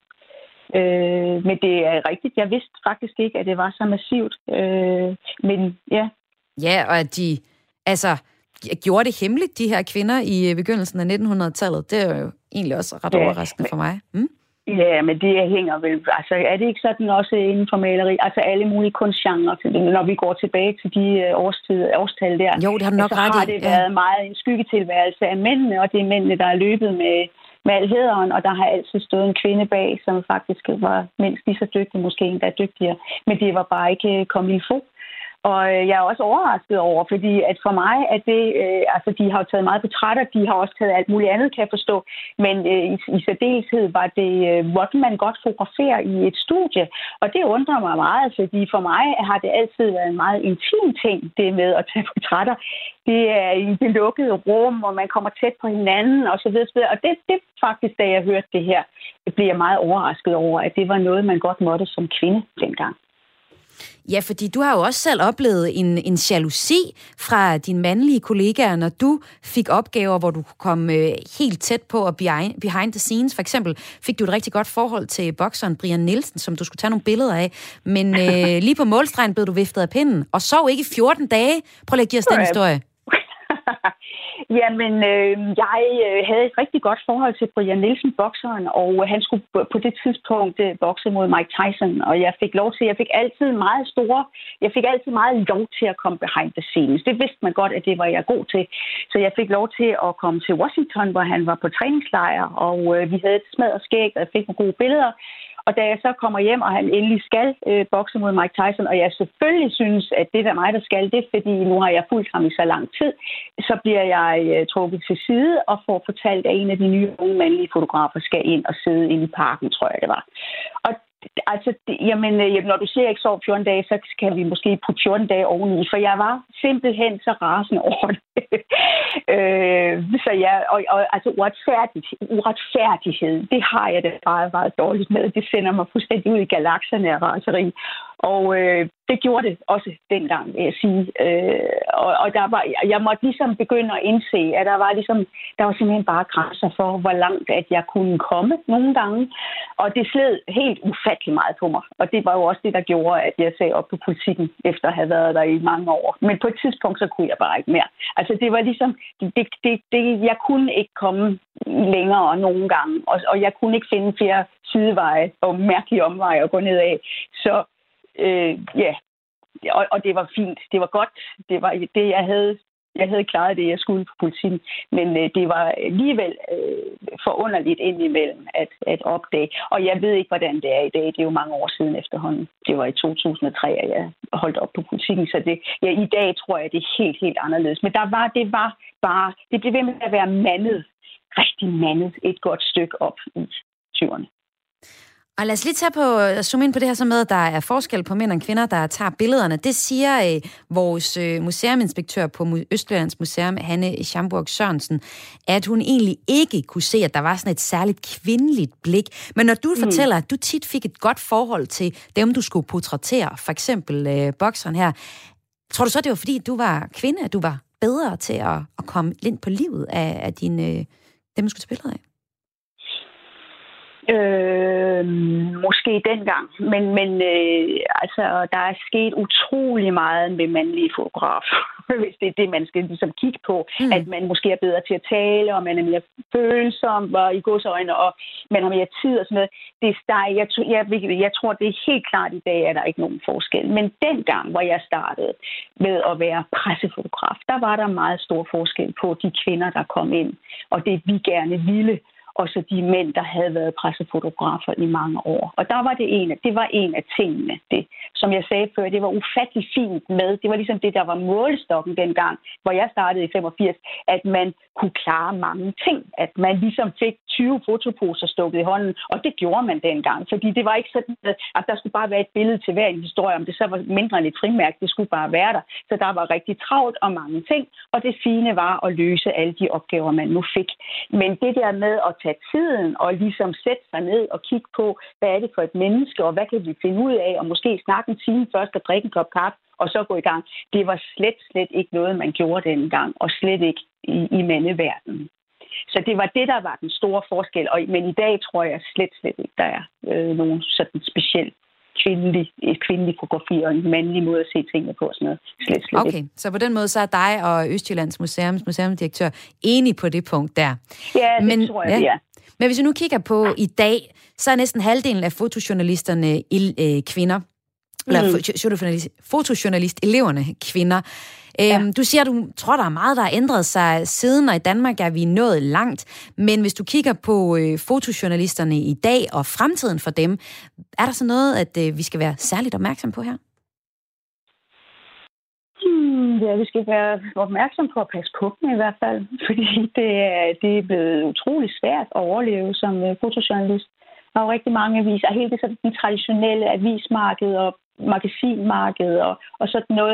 Men det er rigtigt. Jeg vidste faktisk ikke, at det var så massivt. Men ja. Ja, og at de gjorde det hemmeligt, de her kvinder i begyndelsen af 1900-tallet. Det er jo egentlig også ret overraskende for mig. Ja, men det hænger vel... Altså, er det ikke sådan også inden for maleri? Altså, alle mulige kunstgenre, når vi går tilbage til de årstal der. Jo, det har du nok ret i. Så har det været meget en skyggetilværelse af mændene, og det er mændene, der er løbet med al hæderen, og der har altid stået en kvinde bag, som faktisk var mindst lige så dygtig, måske endda dygtigere. Men det var bare ikke comme il faut. Og jeg er også overrasket over, fordi at for mig er det, de har jo taget meget portrætter, de har også taget alt muligt andet, kan jeg forstå, men i særdeleshed var det, hvordan man godt fotograferer i et studie, og det undrer mig meget, fordi for mig har det altid været en meget intim ting, det med at tage portrætter. Det er i det lukkede rum, hvor man kommer tæt på hinanden, og så videre. Og det faktisk, da jeg hørte det her, blev jeg meget overrasket over, at det var noget, man godt måtte som kvinde dengang. Ja, fordi du har jo også selv oplevet en jalousi fra dine mandlige kollegaer, når du fik opgaver, hvor du kunne komme helt tæt på og behind the scenes. For eksempel fik du et rigtig godt forhold til bokseren Brian Nielsen, som du skulle tage nogle billeder af. Men lige på målstregen blev du viftet af pinden, og sov ikke i 14 dage. Prøv lige at give os den historie. Jamen, jeg havde et rigtig godt forhold til Brian Nielsen, bokseren, og han skulle på det tidspunkt bokse mod Mike Tyson, og jeg fik altid meget lov til at komme behind the scenes. Det vidste man godt, at det var jeg god til. Så jeg fik lov til at komme til Washington, hvor han var på træningslejr, og vi havde et smadret skæg, og jeg fik nogle gode billeder. Og da jeg så kommer hjem, og han endelig skal bokse mod Mike Tyson, og jeg selvfølgelig synes, at det er mig, der skal det, fordi nu har jeg fulgt ham i så lang tid, så bliver jeg trukket til side og får fortalt, at en af de nye unge mandlige fotografer skal ind og sidde inde i parken, tror jeg det var. Og altså, når du siger, at jeg ikke sov 14 dage, så kan vi måske putte 14 dage oveni, for jeg var simpelthen så rasende over det. Så ja, altså uretfærdighed, det har jeg da bare dårligt med. Det sender mig fuldstændig ud i galakserne af raseri. Og det gjorde det også dengang, vil jeg sige. Og jeg måtte ligesom begynde at indse, at der var simpelthen bare grænser for, hvor langt at jeg kunne komme nogle gange. Og det sled helt ufattelig meget på mig. Og det var jo også det, der gjorde, at jeg sagde op på Politiken, efter at have været der i mange år. Men på et tidspunkt, så kunne jeg bare ikke mere. Altså, det var ligesom, jeg kunne ikke komme længere nogle gange. Og jeg kunne ikke finde flere sideveje og mærkelige omveje at gå ned af. Så ja, og det var fint. Det var godt. Det var det, jeg havde klaret det, jeg skulle på Politiken. Men det var alligevel forunderligt indimellem at opdage. Og jeg ved ikke, hvordan det er i dag. Det er jo mange år siden efterhånden. Det var i 2003, at jeg holdt op på Politiken. Så i dag tror jeg, det er helt, helt anderledes. Men det blev ved med at være mandet. Rigtig mandet et godt stykke op i 20'erne. Og lad os lige zoome ind på det her så med, at der er forskel på mænd og kvinder, der tager billederne. Det siger vores museuminspektør på Østjyllands Museum, Hanne Schamburg Sørensen, at hun egentlig ikke kunne se, at der var sådan et særligt kvindeligt blik. Men når du fortæller, at du tit fik et godt forhold til dem, du skulle portrættere, for eksempel bokseren her, tror du så, det var fordi, du var kvinde, at du var bedre til at komme ind på livet af dem, du skulle tage billeder af? Måske dengang, men altså, der er sket utrolig meget med mandlige fotografer, hvis det er det, man skal ligesom kigge på, at man måske er bedre til at tale, og man er mere følsom, og i godsøjne, og man har mere tid og sådan noget. Jeg tror, det er helt klart i dag, at der ikke nogen forskel. Men dengang, hvor jeg startede med at være pressefotograf, der var der meget stor forskel på de kvinder, der kom ind, og det vi gerne ville, og så de mænd, der havde været pressefotografer i mange år. Og der var det var en af tingene, det, som jeg sagde før, det var ufattelig fint med. Det var ligesom det, der var målestokken dengang, hvor jeg startede i 85, at man kunne klare mange ting. At man ligesom fik 20 fotoposer stukket i hånden, og det gjorde man dengang. Fordi det var ikke sådan, at der skulle bare være et billede til hver en historie, om det så var mindre end et frimærke, det skulle bare være der. Så der var rigtig travlt og mange ting, og det fine var at løse alle de opgaver, man nu fik. Men det der med at tage tiden og ligesom sætte sig ned og kigge på, hvad er det for et menneske, og hvad kan vi finde ud af, og måske snakke en time først og drikke en kop kaffe, og så gå i gang. Det var slet ikke noget, man gjorde dengang, og slet ikke i mandeverdenen. Så det var det, der var den store forskel. Men i dag tror jeg slet ikke, der er nogen sådan speciel kvindelig fotografi og en mandlig måde at se tingene på. Sådan noget. Slet okay, ikke. så på den måde så er dig og Østjyllands museumsdirektør enige på det punkt der. Ja, det tror jeg, ja. Men hvis vi nu kigger på i dag, så er næsten halvdelen af fotojournalisterne kvinder. Eller fotojournalist-eleverne kvinder. Du siger, du tror, der er meget, der har ændret sig siden, og i Danmark er vi nået langt. Men hvis du kigger på fotojournalisterne i dag og fremtiden for dem, er der så noget, at vi skal være særligt opmærksom på her? Ja, vi skal være opmærksom på at passe på dem i hvert fald. Fordi det er blevet utrolig svært at overleve som fotojournalist. Der er jo rigtig mange aviser. Hele det sådan den traditionelle avismarked og magasinmarked og sådan noget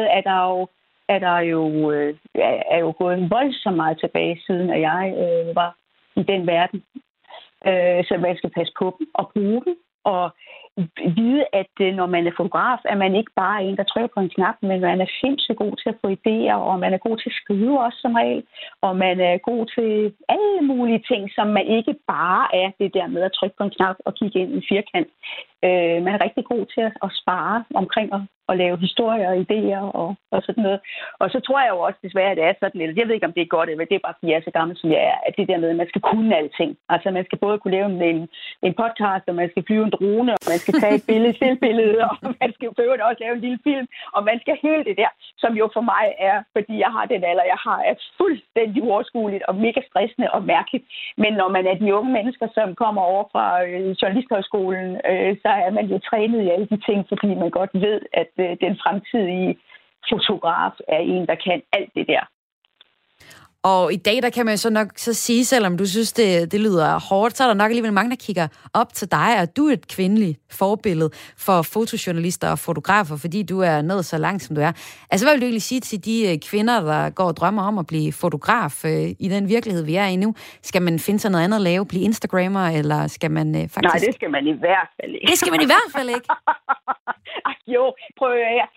er jo gået voldsomt meget tilbage, siden at jeg var i den verden. Så man skal passe på dem og bruge dem og vide, at når man er fotograf, er man ikke bare en, der trykker på en knap, men man er sindssygt god til at få idéer, og man er god til at skrive også som regel, og man er god til alle mulige ting, som man ikke bare er det der med at trykke på en knap og kigge ind i en firkant. Man er rigtig god til at spare omkring at lave historier og idéer og sådan noget. Og så tror jeg jo også desværre, at det er sådan, eller jeg ved ikke, om det er godt, eller det er bare, fordi jeg er så gammel, som jeg er, at det der med, at man skal kunne alting. Altså man skal både kunne lave en podcast, og man skal flyve en drone, og man skal tage et stillbillede, og man skal også lave en lille film, og man skal hele det der, som jo for mig er, fordi jeg har den alder, jeg har, er fuldstændig uoverskueligt og mega stressende og mærkeligt. Men når man er de unge mennesker, som kommer over fra journalisthøjskolen, så er man jo trænet i alle de ting, fordi man godt ved, at den fremtidige fotograf er en, der kan alt det der. Og i dag, der kan man jo så nok så sige, selvom du synes, det lyder hårdt, så er der nok alligevel mange, der kigger op til dig, og du er et kvindeligt forbillede for fotojournalister og fotografer, fordi du er nået så langt, som du er. Altså, hvad vil du egentlig sige til de kvinder, der går og drømmer om at blive fotograf i den virkelighed, vi er i nu? Skal man finde sig noget andet at lave, blive Instagrammer, eller skal man faktisk... Nej, det skal man i hvert fald ikke. Det skal man i hvert fald ikke? Jo, prøv at høre.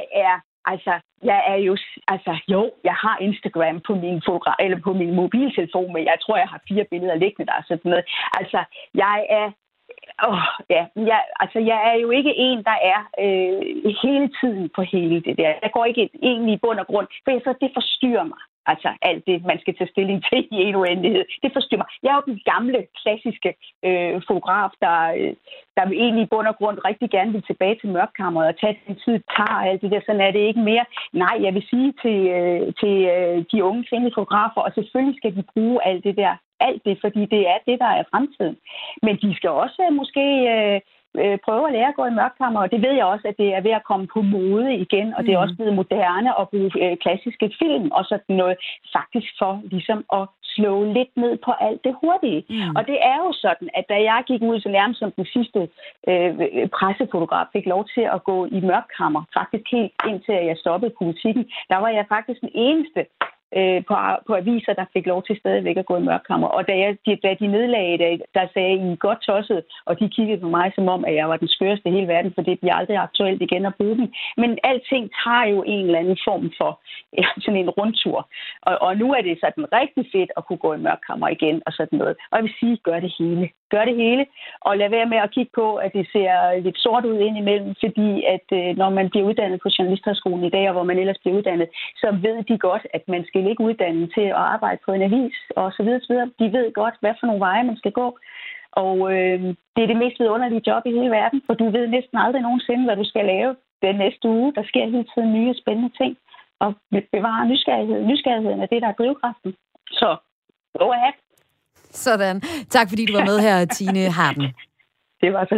Jeg har Instagram på min eller på min mobiltelefon, men jeg tror, jeg har 4 billeder liggende der sådan noget. Altså, jeg er jo ikke en, der er hele tiden på hele det der. Jeg går ikke egentlig i bund og grund, for det forstyrrer mig. Altså alt det, man skal tage stilling til i en uendelighed. Det forstyrrer mig. Jeg er jo den gamle, klassiske fotograf, der egentlig i bund og grund rigtig gerne vil tilbage til mørkkammeret og tage den tid, tager alt det der. Sådan er det ikke mere. Nej, jeg vil sige til de unge kvindelige fotografer, og selvfølgelig skal de bruge alt det der. Alt det, fordi det er det, der er fremtiden. Men de skal også måske... prøve at lære at gå i mørkkammer, og det ved jeg også, at det er ved at komme på mode igen, og det er også blevet moderne at bruge klassiske film og sådan noget, faktisk for ligesom at slå lidt ned på alt det hurtige. Og det er jo sådan, at da jeg gik ud så nærmest som den sidste pressefotograf, fik lov til at gå i mørkkammer, faktisk helt indtil jeg stoppede politikken, der var jeg faktisk den eneste på aviser, der fik lov til stadigvæk at gå i mørkkammer. Og da de nedlagde det, der sagde I godt tosset, og de kiggede på mig som om, at jeg var den skøreste i hele verden, for det bliver aldrig aktuelt igen at bruge dem. Men alting tager jo en eller anden form for sådan en rundtur. Og nu er det sådan rigtig fedt at kunne gå i mørkkammer igen og sådan noget. Og jeg vil sige, gør det hele. Gør det hele, og lad være med at kigge på, at det ser lidt sort ud indimellem, fordi at når man bliver uddannet på journalisthøjskolen i dag, og hvor man ellers bliver uddannet, så ved de godt, at man skal ikke uddanne til at arbejde på en avis, og så videre, så videre. De ved godt, hvad for nogle veje man skal gå. Og det er det mest vidunderlige job i hele verden, for du ved næsten aldrig nogensinde, hvad du skal lave den næste uge. Der sker hele tiden nye spændende ting, og bevare nysgerrighed. Nysgerrigheden er det, der er drivkraften. Så go ahead. Sådan. Tak fordi du var med her, Tine Harden. Det var så lidt.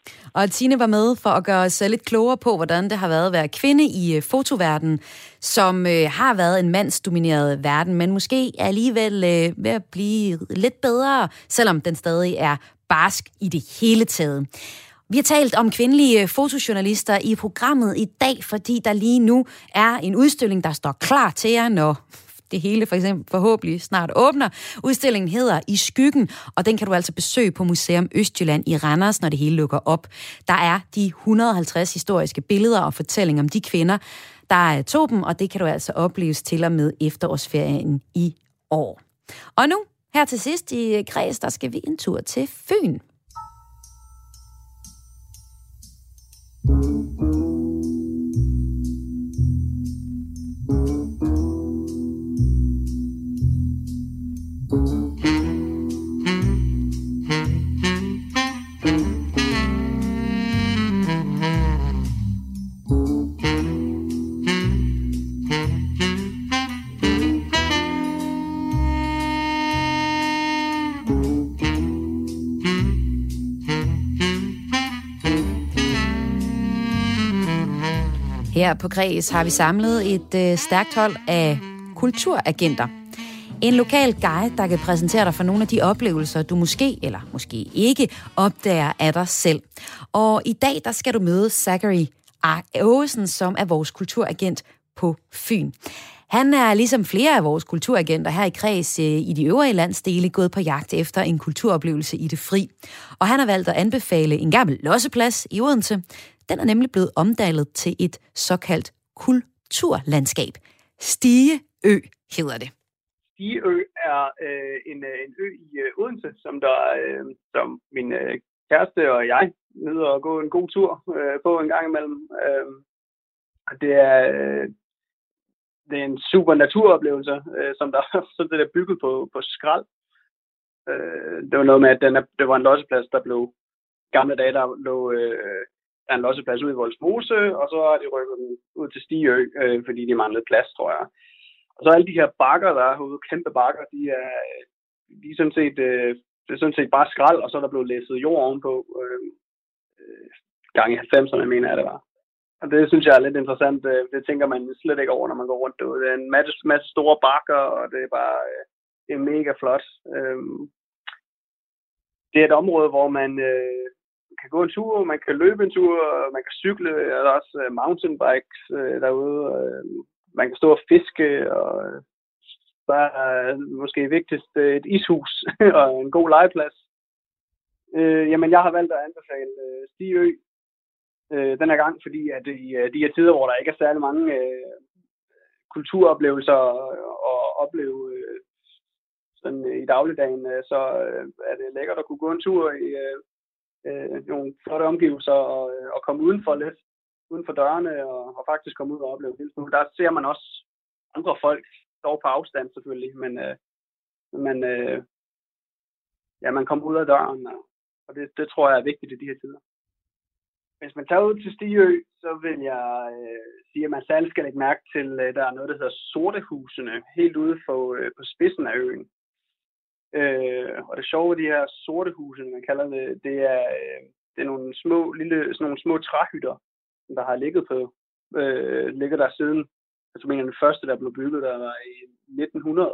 Og Tine var med for at gøre os lidt klogere på, hvordan det har været at være kvinde i fotoverdenen, som har været en mandsdomineret verden, men måske alligevel ved at blive lidt bedre, selvom den stadig er barsk i det hele taget. Vi har talt om kvindelige fotojournalister i programmet i dag, fordi der lige nu er en udstilling, der står klar til jer, når det hele for eksempel forhåbentlig snart åbner. Udstillingen hedder I Skyggen, og den kan du altså besøge på Museum Østjylland i Randers, når det hele lukker op. Der er de 150 historiske billeder og fortællinger om de kvinder, der tog dem, og det kan du altså opleves til og med efterårsferien i år. Og nu, her til sidst i Kreds, der skal vi en tur til Fyn. Her på Græs har vi samlet et stærkt hold af kulturagenter. En lokal guide, der kan præsentere dig for nogle af de oplevelser, du måske eller måske ikke opdager af dig selv. Og i dag, der skal du møde Zachary Aagesen, som er vores kulturagent på Fyn. Han er ligesom flere af vores kulturagenter her i Kreds i de øvrige landsdele gået på jagt efter en kulturoplevelse i det fri. Og han har valgt at anbefale en gammel losseplads i Odense. Den er nemlig blevet omdannet til et såkaldt kulturlandskab. Stigeø hedder det. Stigeø er en ø i Odense, som min kæreste og jeg nyder at gå en god tur på en gang imellem. Det er en super naturoplevelse, som der sådan er bygget på skrald. Det var noget med, at det var en losseplads, der blev gamle dage, der lå der er en losseplads ude i Vollsmose, og så har de rykket den ud til Stigeø, fordi de manglede plads, tror jeg. Og så alle de her bakker, der er herude, kæmpe bakker, de er sådan set, det er sådan set bare skrald, og så er der blevet læsset jord ovenpå gang i 90'erne, mener jeg, det var. Og det synes jeg er lidt interessant. Det tænker man slet ikke over, når man går rundt derude. Det er en masse store bakker, og det er bare det er mega flot. Det er et område, hvor man kan gå en tur, man kan løbe en tur, man kan cykle, og der er også mountainbikes derude. Man kan stå og fiske, og der er måske vigtigst et ishus og en god legeplads. Jamen, jeg har valgt at anbefale Stigeø den her gang, fordi at i de her tider, hvor der ikke er særlig mange kulturoplevelser at opleve sådan i dagligdagen, så er det lækkert at kunne gå en tur i nogle flotte omgivelser og komme udenfor lidt, uden for dørene, og faktisk komme ud og opleve det. Der ser man også andre folk, dog på afstand selvfølgelig, men man kommer ud af døren, og det tror jeg er vigtigt i de her tider. Hvis man tager ud til Stigeø, så vil jeg sige, at man særligt skal lægge mærke til, der er noget, der hedder Sortehusene, helt ude på spidsen af øen. Og det sjove ved de her sortehuse, man kalder det er nogle små træhytter, der har ligget der siden, altså mener den første, der blev bygget, der var i 1900.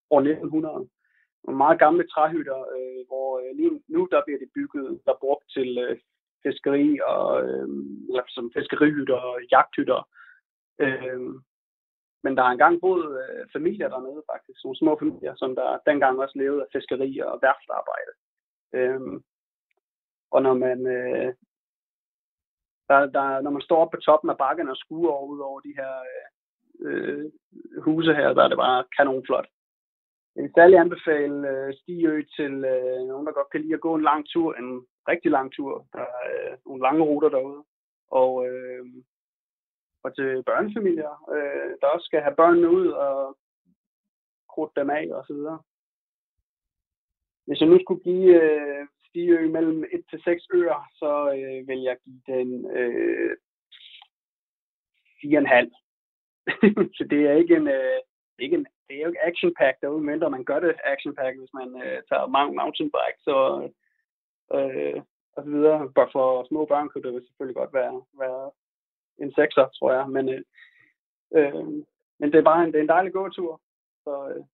Nogle meget gamle træhytter, hvor lige nu der bliver de bygget, der brugt til fiskeri og som fiskerihytter og jagthytter. Men der har engang boet familier dernede faktisk, nogle små familier, som der dengang også levede af fiskeri og værftarbejde. Og når man står oppe på toppen af bakken og skuer ud over de her huse her, der er det bare kanonflot. Jeg vil særlig anbefale Stigeø til nogen, der godt kan lide at gå en lang tur, en rigtig lang tur. Der er nogle lange ruter derude. Og til børnefamilier, der også skal have børnene ud og krudte dem af og så videre. Hvis jeg nu skulle give Stigeø mellem 1 til 6 øer, så vil jeg give den 4,5. Så det er det er jo ikke action-pack derude, mindre man gør det action-pack, hvis man tager mange mountainbikes og og så videre. Bare for små børn kunne det selvfølgelig godt være en 6'er, tror jeg. Men det er bare det er en dejlig gåtur. Så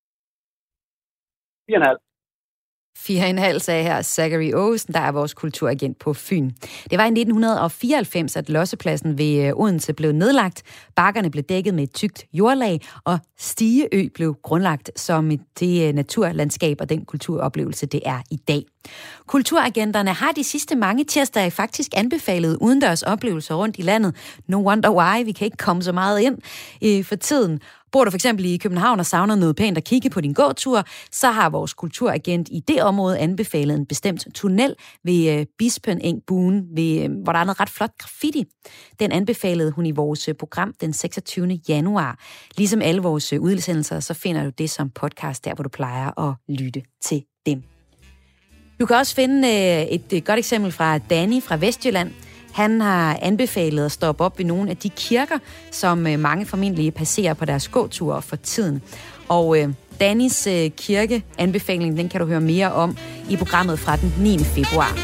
4,5. 4,5 sagde her Zachary Aasen, der er vores kulturagent på Fyn. Det var i 1994, at lossepladsen ved Odense blev nedlagt. Bakkerne blev dækket med et tykt jordlag, og Stigeø blev grundlagt som det naturlandskab og den kulturoplevelse, det er i dag. Kulturagenterne har de sidste mange tirsdage faktisk anbefalet udendørs oplevelser rundt i landet. No wonder why, vi kan ikke komme så meget ind for tiden. Bor du for eksempel i København og savner noget pænt at kigge på din gåtur, så har vores kulturagent i det område anbefalet en bestemt tunnel ved Bispenengbuen, hvor der er noget ret flot graffiti. Den anbefalede hun i vores program den 26. januar. Ligesom alle vores udsendelser, så finder du det som podcast der, hvor du plejer at lytte til dem. Du kan også finde et godt eksempel fra Danny fra Vestjylland. Han har anbefalet at stoppe op ved nogle af de kirker, som mange formentlig passerer på deres gåture for tiden. Og Dannys kirkeanbefaling, den kan du høre mere om i programmet fra den 9. februar.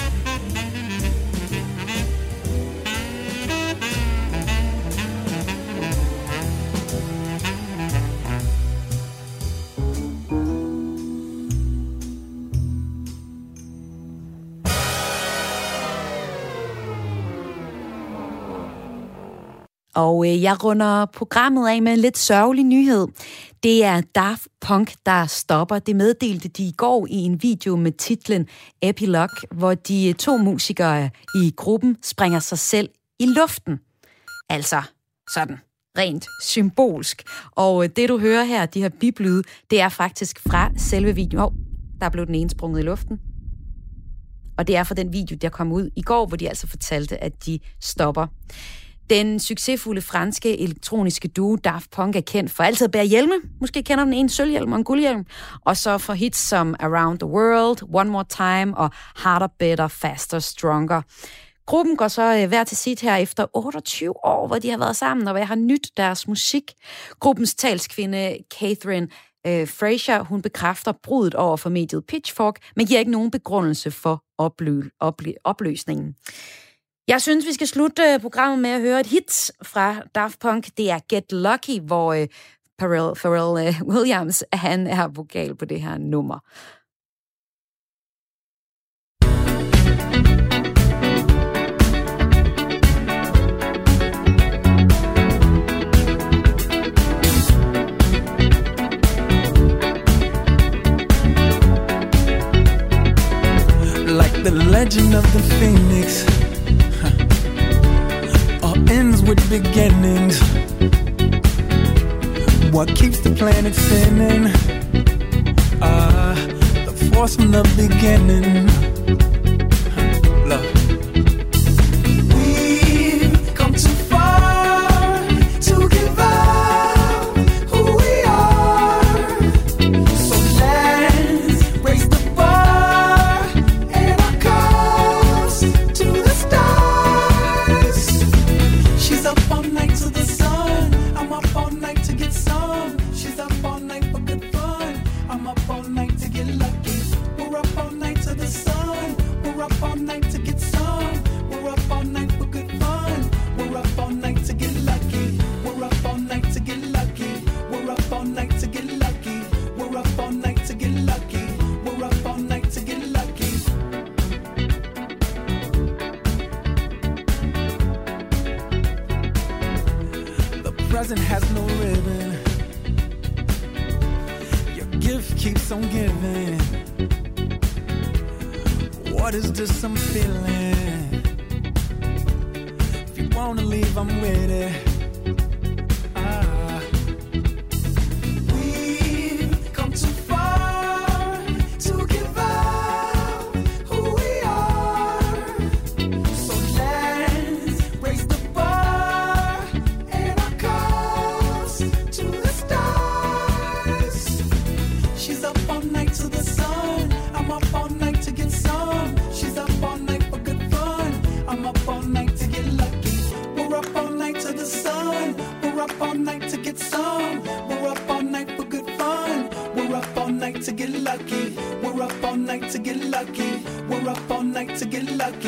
Og jeg runder programmet af med en lidt sørgelig nyhed. Det er Daft Punk, der stopper. Det meddelte de i går i en video med titlen Epilogue, hvor de 2 musikere i gruppen springer sig selv i luften. Altså sådan rent symbolsk. Og det du hører her, de her biplyde, det er faktisk fra selve videoen. Der blev den ene sprunget i luften. Og det er fra den video, der kom ud i går, hvor de altså fortalte, at de stopper. Den succesfulde franske elektroniske duo Daft Punk er kendt for altid at bære hjelme. Måske kender den en sølvhjelm og en guldhjelm. Og så for hits som Around the World, One More Time og Harder, Better, Faster, Stronger. Gruppen går så hver til sit her efter 28 år, hvor de har været sammen, og hvad har nyt deres musik. Gruppens talskvinde Catherine Fraser, hun bekræfter bruddet over for mediet Pitchfork, men giver ikke nogen begrundelse for opløsningen. Jeg synes, vi skal slutte programmet med at høre et hit fra Daft Punk. Det er Get Lucky, hvor Pharrell Williams, han er vokal på det her nummer. Like the legend of the Phoenix, ends with beginnings. What keeps the planet spinning? The force from the beginning. Love. We've come too far to give up who we are. So let's raise the bar and our cause to the stars. She's up all night to the sun. I'm up all night to get some. She's up all night for good fun. I'm up all night to get lucky. We're up all night to the sun. We're up all night to get some. We're up all night for good fun. We're up all night to get lucky. We're up all night to get lucky. We're up all night to get lucky. We're up all night to get lucky. We're up all night to get lucky. Present has no ribbon. Your gift keeps on giving. What is this I'm feeling? If you wanna leave, I'm with it. We've come too far to give up who we are. So let's raise the bar and our cause to the stars. She's up all night to the sun. I'm up all night to get some. She's up all night for good fun. I'm up all night to get lucky. We're up all night to the sun. We're up all night to get some. We're up all night for good fun. We're up all night to get lucky. We're up all night to get lucky. We're up all night to get lucky.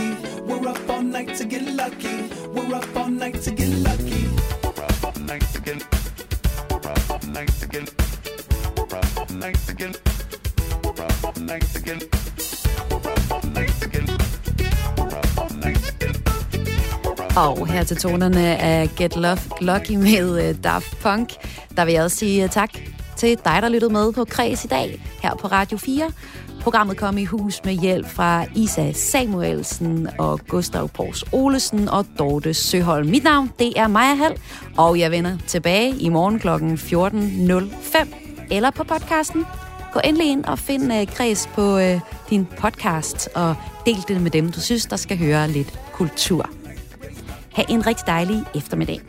lucky. We're up all night to get lucky. We're up all night to get. We're up all night to get. We're up all night to get. We're up all night to get. We're up all night to get. We're up all night to get. Og her til tonerne af Get Lucky med Daft Punk, der vil jeg også sige tak til dig, der lyttede med på Kreds i dag her på Radio 4. Programmet kom i hus med hjælp fra Isa Samuelsen og Gustav Pors Olesen og Dorte Søholm. Mit navn, det er Maja Hall, og jeg vender tilbage i morgen kl. 14.05 eller på podcasten. Gå endelig ind og find Kreds på din podcast og del det med dem, du synes, der skal høre lidt kultur. Ha' en rigtig dejlig eftermiddag.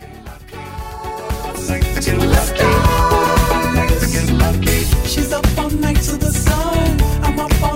She's up all night to the sun. I'm up all